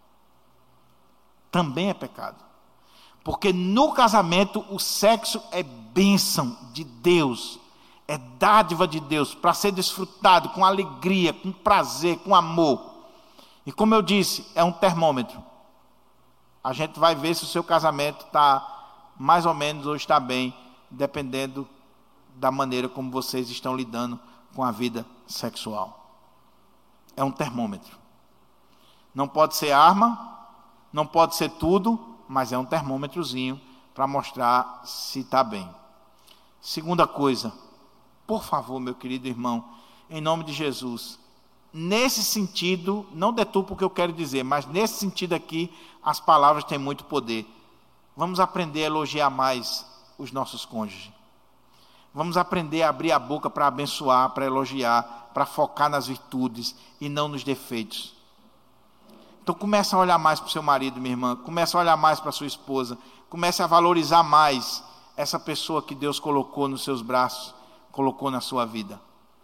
Também é pecado. Porque no casamento o sexo é bênção de Deus, é dádiva de Deus, para ser desfrutado com alegria, com prazer, com amor. E como eu disse, é um termômetro. A gente vai ver se o seu casamento está mais ou menos ou está bem, dependendo da maneira como vocês estão lidando com a vida sexual. É um termômetro. Não pode ser arma, não pode ser tudo, mas é um termômetrozinho para mostrar se está bem. Segunda coisa, por favor, meu querido irmão, em nome de Jesus, nesse sentido, não deturpa o que eu quero dizer, mas nesse sentido aqui, as palavras têm muito poder. Vamos aprender a elogiar mais os nossos cônjuges. Vamos aprender a abrir a boca para abençoar, para elogiar, para focar nas virtudes e não nos defeitos. Então comece a olhar mais para o seu marido, minha irmã, comece a olhar mais para a sua esposa, comece a valorizar mais essa pessoa que Deus colocou nos seus braços, colocou na sua vida.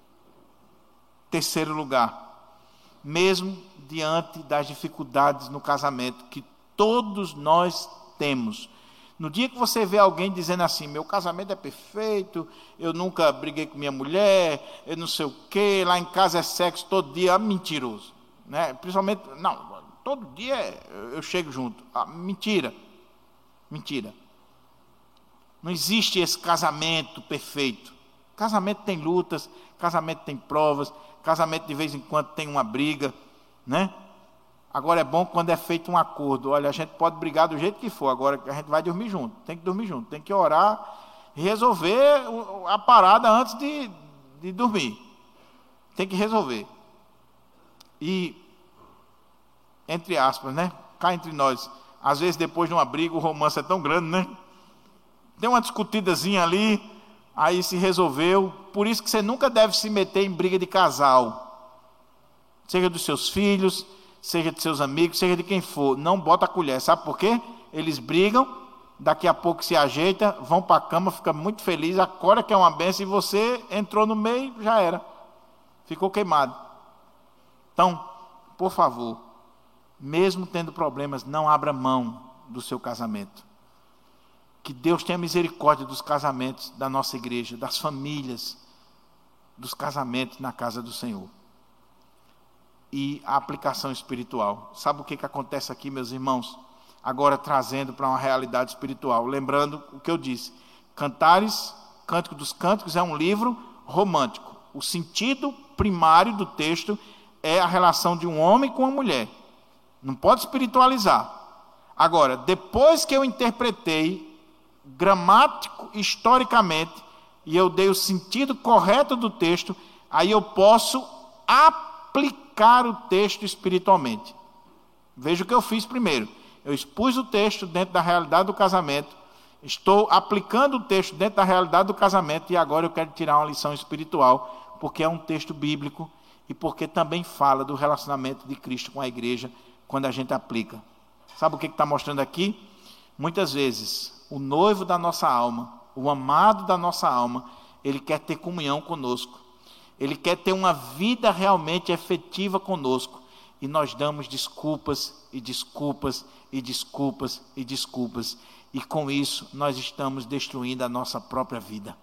Terceiro lugar, mesmo diante das dificuldades no casamento que todos nós temos, no dia que você vê alguém dizendo assim, meu casamento é perfeito, eu nunca briguei com minha mulher, eu não sei o quê, lá em casa é sexo todo dia, é mentiroso, né? Principalmente, não, todo dia eu chego junto, ah, mentira, mentira, não existe esse casamento perfeito. Casamento tem lutas, casamento tem provas, casamento de vez em quando tem uma briga, né? Agora é bom quando é feito um acordo. Olha, a gente pode brigar do jeito que for, agora a gente vai dormir junto, tem que dormir junto, tem que orar e resolver a parada antes de, de dormir. Tem que resolver. E, entre aspas, né? Cá entre nós, às vezes depois de uma briga o romance é tão grande, né? Tem uma discutidazinha ali, aí se resolveu. Por isso que você nunca deve se meter em briga de casal, seja dos seus filhos, seja de seus amigos, seja de quem for. Não bota a colher, sabe por quê? Eles brigam, daqui a pouco se ajeita, vão para a cama, fica muito feliz, acorda que é uma benção, e você entrou no meio, já era, ficou queimado. Então, por favor, mesmo tendo problemas, não abra mão do seu casamento. Que Deus tenha misericórdia dos casamentos da nossa igreja, das famílias, dos casamentos na casa do Senhor. E a aplicação espiritual. Sabe o que, que acontece aqui, meus irmãos? Agora trazendo para uma realidade espiritual. Lembrando o que eu disse. Cantares, Cântico dos Cânticos é um livro romântico. O sentido primário do texto é a relação de um homem com uma mulher. Não pode espiritualizar. Agora, depois que eu interpretei gramático, historicamente, e eu dei o sentido correto do texto, aí eu posso aplicar o texto espiritualmente. Veja o que eu fiz primeiro. Eu expus o texto dentro da realidade do casamento, estou aplicando o texto dentro da realidade do casamento, e agora eu quero tirar uma lição espiritual, porque é um texto bíblico, e porque também fala do relacionamento de Cristo com a igreja, quando a gente aplica. Sabe o que está mostrando aqui? Muitas vezes, o noivo da nossa alma, o amado da nossa alma, ele quer ter comunhão conosco. Ele quer ter uma vida realmente efetiva conosco. E nós damos desculpas, e desculpas, e desculpas, e desculpas. E com isso, nós estamos destruindo a nossa própria vida.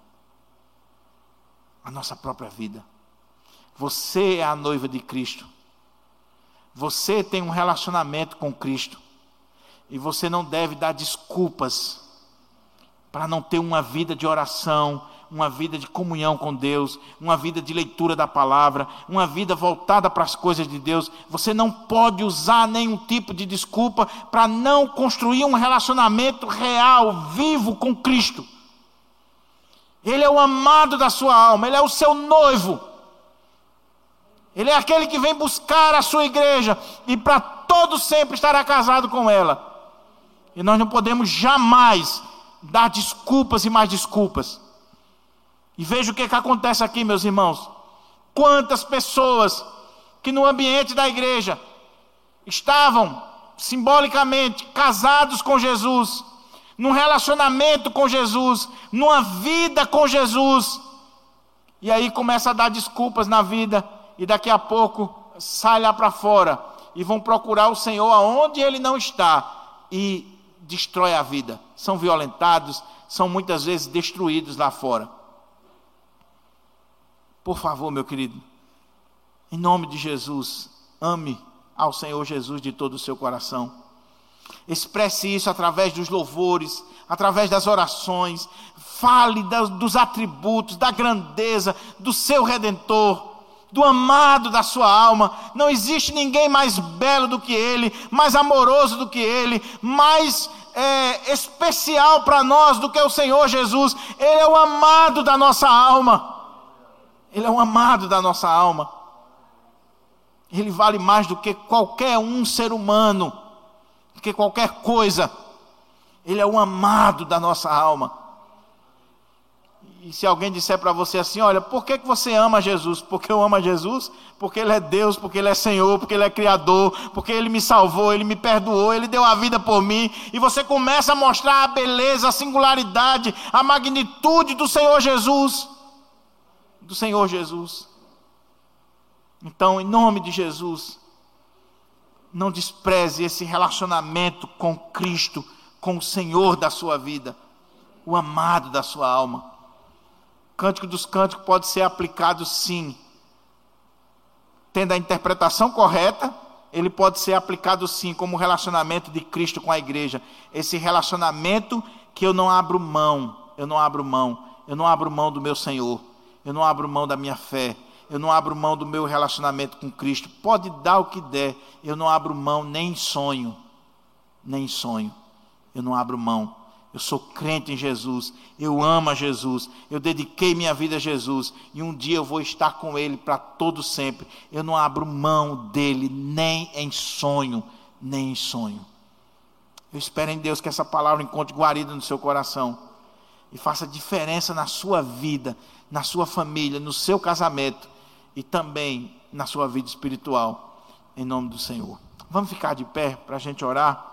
A nossa própria vida. Você é a noiva de Cristo. Você tem um relacionamento com Cristo. E você não deve dar desculpas para não ter uma vida de oração, uma vida de comunhão com Deus, uma vida de leitura da palavra, uma vida voltada para as coisas de Deus. Você não pode usar nenhum tipo de desculpa para não construir um relacionamento real, vivo com Cristo. Ele é o amado da sua alma, Ele é o seu noivo. Ele é aquele que vem buscar a sua igreja e para todo sempre estará casado com ela. E nós não podemos jamais dar desculpas e mais desculpas. E veja o que, que acontece aqui, meus irmãos. Quantas pessoas que no ambiente da igreja estavam simbolicamente casados com Jesus, num relacionamento com Jesus, numa vida com Jesus, e aí começa a dar desculpas na vida, e daqui a pouco sai lá para fora, e vão procurar o Senhor aonde Ele não está, e destrói a vida, são violentados, são muitas vezes destruídos lá fora. Por favor, meu querido, em nome de Jesus, ame ao Senhor Jesus de todo o seu coração. Expresse isso através dos louvores, através das orações. Fale da, dos atributos, da grandeza do seu Redentor, do amado da sua alma. Não existe ninguém mais belo do que Ele, mais amoroso do que Ele, mais é, especial para nós do que o Senhor Jesus. Ele é o amado da nossa alma. Ele é o amado da nossa alma. Ele vale mais do que qualquer um ser humano, do que qualquer coisa. Ele é o amado da nossa alma. E se alguém disser para você assim, olha, por que, que você ama Jesus? Porque eu amo a Jesus? Porque Ele é Deus, porque Ele é Senhor, porque Ele é Criador, porque Ele me salvou, Ele me perdoou, Ele deu a vida por mim. E você começa a mostrar a beleza, a singularidade, a magnitude do Senhor Jesus. Do Senhor Jesus. Então, em nome de Jesus, não despreze esse relacionamento com Cristo, com o Senhor da sua vida, o amado da sua alma. O Cântico dos Cânticos pode ser aplicado sim, tendo a interpretação correta, ele pode ser aplicado sim como relacionamento de Cristo com a igreja. Esse relacionamento que eu não abro mão, eu não abro mão, eu não abro mão do meu Senhor, eu não abro mão da minha fé, eu não abro mão do meu relacionamento com Cristo. Pode dar o que der, eu não abro mão nem em sonho, nem em sonho, eu não abro mão. Eu sou crente em Jesus, eu amo a Jesus, eu dediquei minha vida a Jesus, e um dia eu vou estar com Ele para todo sempre. Eu não abro mão dEle, nem em sonho, nem em sonho. Eu espero em Deus que essa palavra encontre guarida no seu coração, e faça diferença na sua vida, na sua família, no seu casamento, e também na sua vida espiritual, em nome do Senhor. Vamos ficar de pé para a gente orar?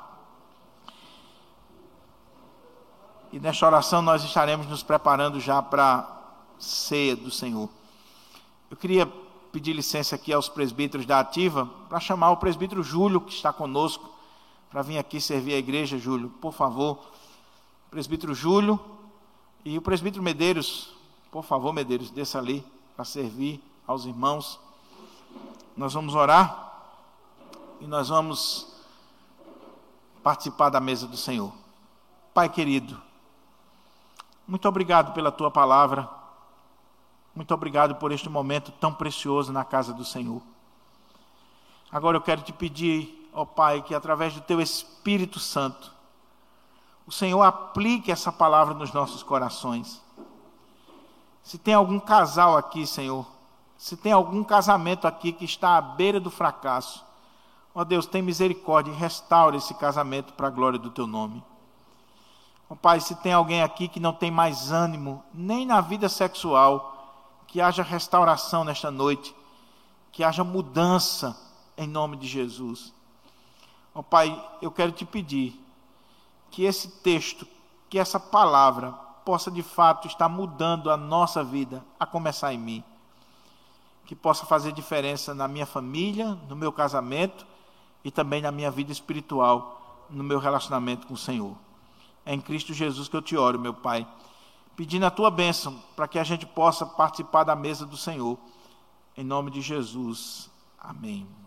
E nesta oração nós estaremos nos preparando já para a ceia do Senhor. Eu queria pedir licença aqui aos presbíteros da Ativa, para chamar o presbítero Júlio, que está conosco, para vir aqui servir a igreja. Júlio, por favor. Presbítero Júlio e o presbítero Medeiros, por favor, Medeiros, desça ali para servir aos irmãos. Nós vamos orar e nós vamos participar da mesa do Senhor. Pai querido, muito obrigado pela Tua palavra, muito obrigado por este momento tão precioso na casa do Senhor. Agora eu quero te pedir, ó Pai, que através do Teu Espírito Santo, o Senhor aplique essa palavra nos nossos corações. Se tem algum casal aqui, Senhor, se tem algum casamento aqui que está à beira do fracasso, ó Deus, tem misericórdia e restaure esse casamento para a glória do Teu nome. Ó Pai, se tem alguém aqui que não tem mais ânimo, nem na vida sexual, que haja restauração nesta noite, que haja mudança em nome de Jesus. Ó Pai, eu quero te pedir que esse texto, que essa palavra possa de fato estar mudando a nossa vida, a começar em mim. Que possa fazer diferença na minha família, no meu casamento e também na minha vida espiritual, no meu relacionamento com o Senhor. É em Cristo Jesus que eu te oro, meu Pai, pedindo a Tua bênção para que a gente possa participar da mesa do Senhor. Em nome de Jesus. Amém.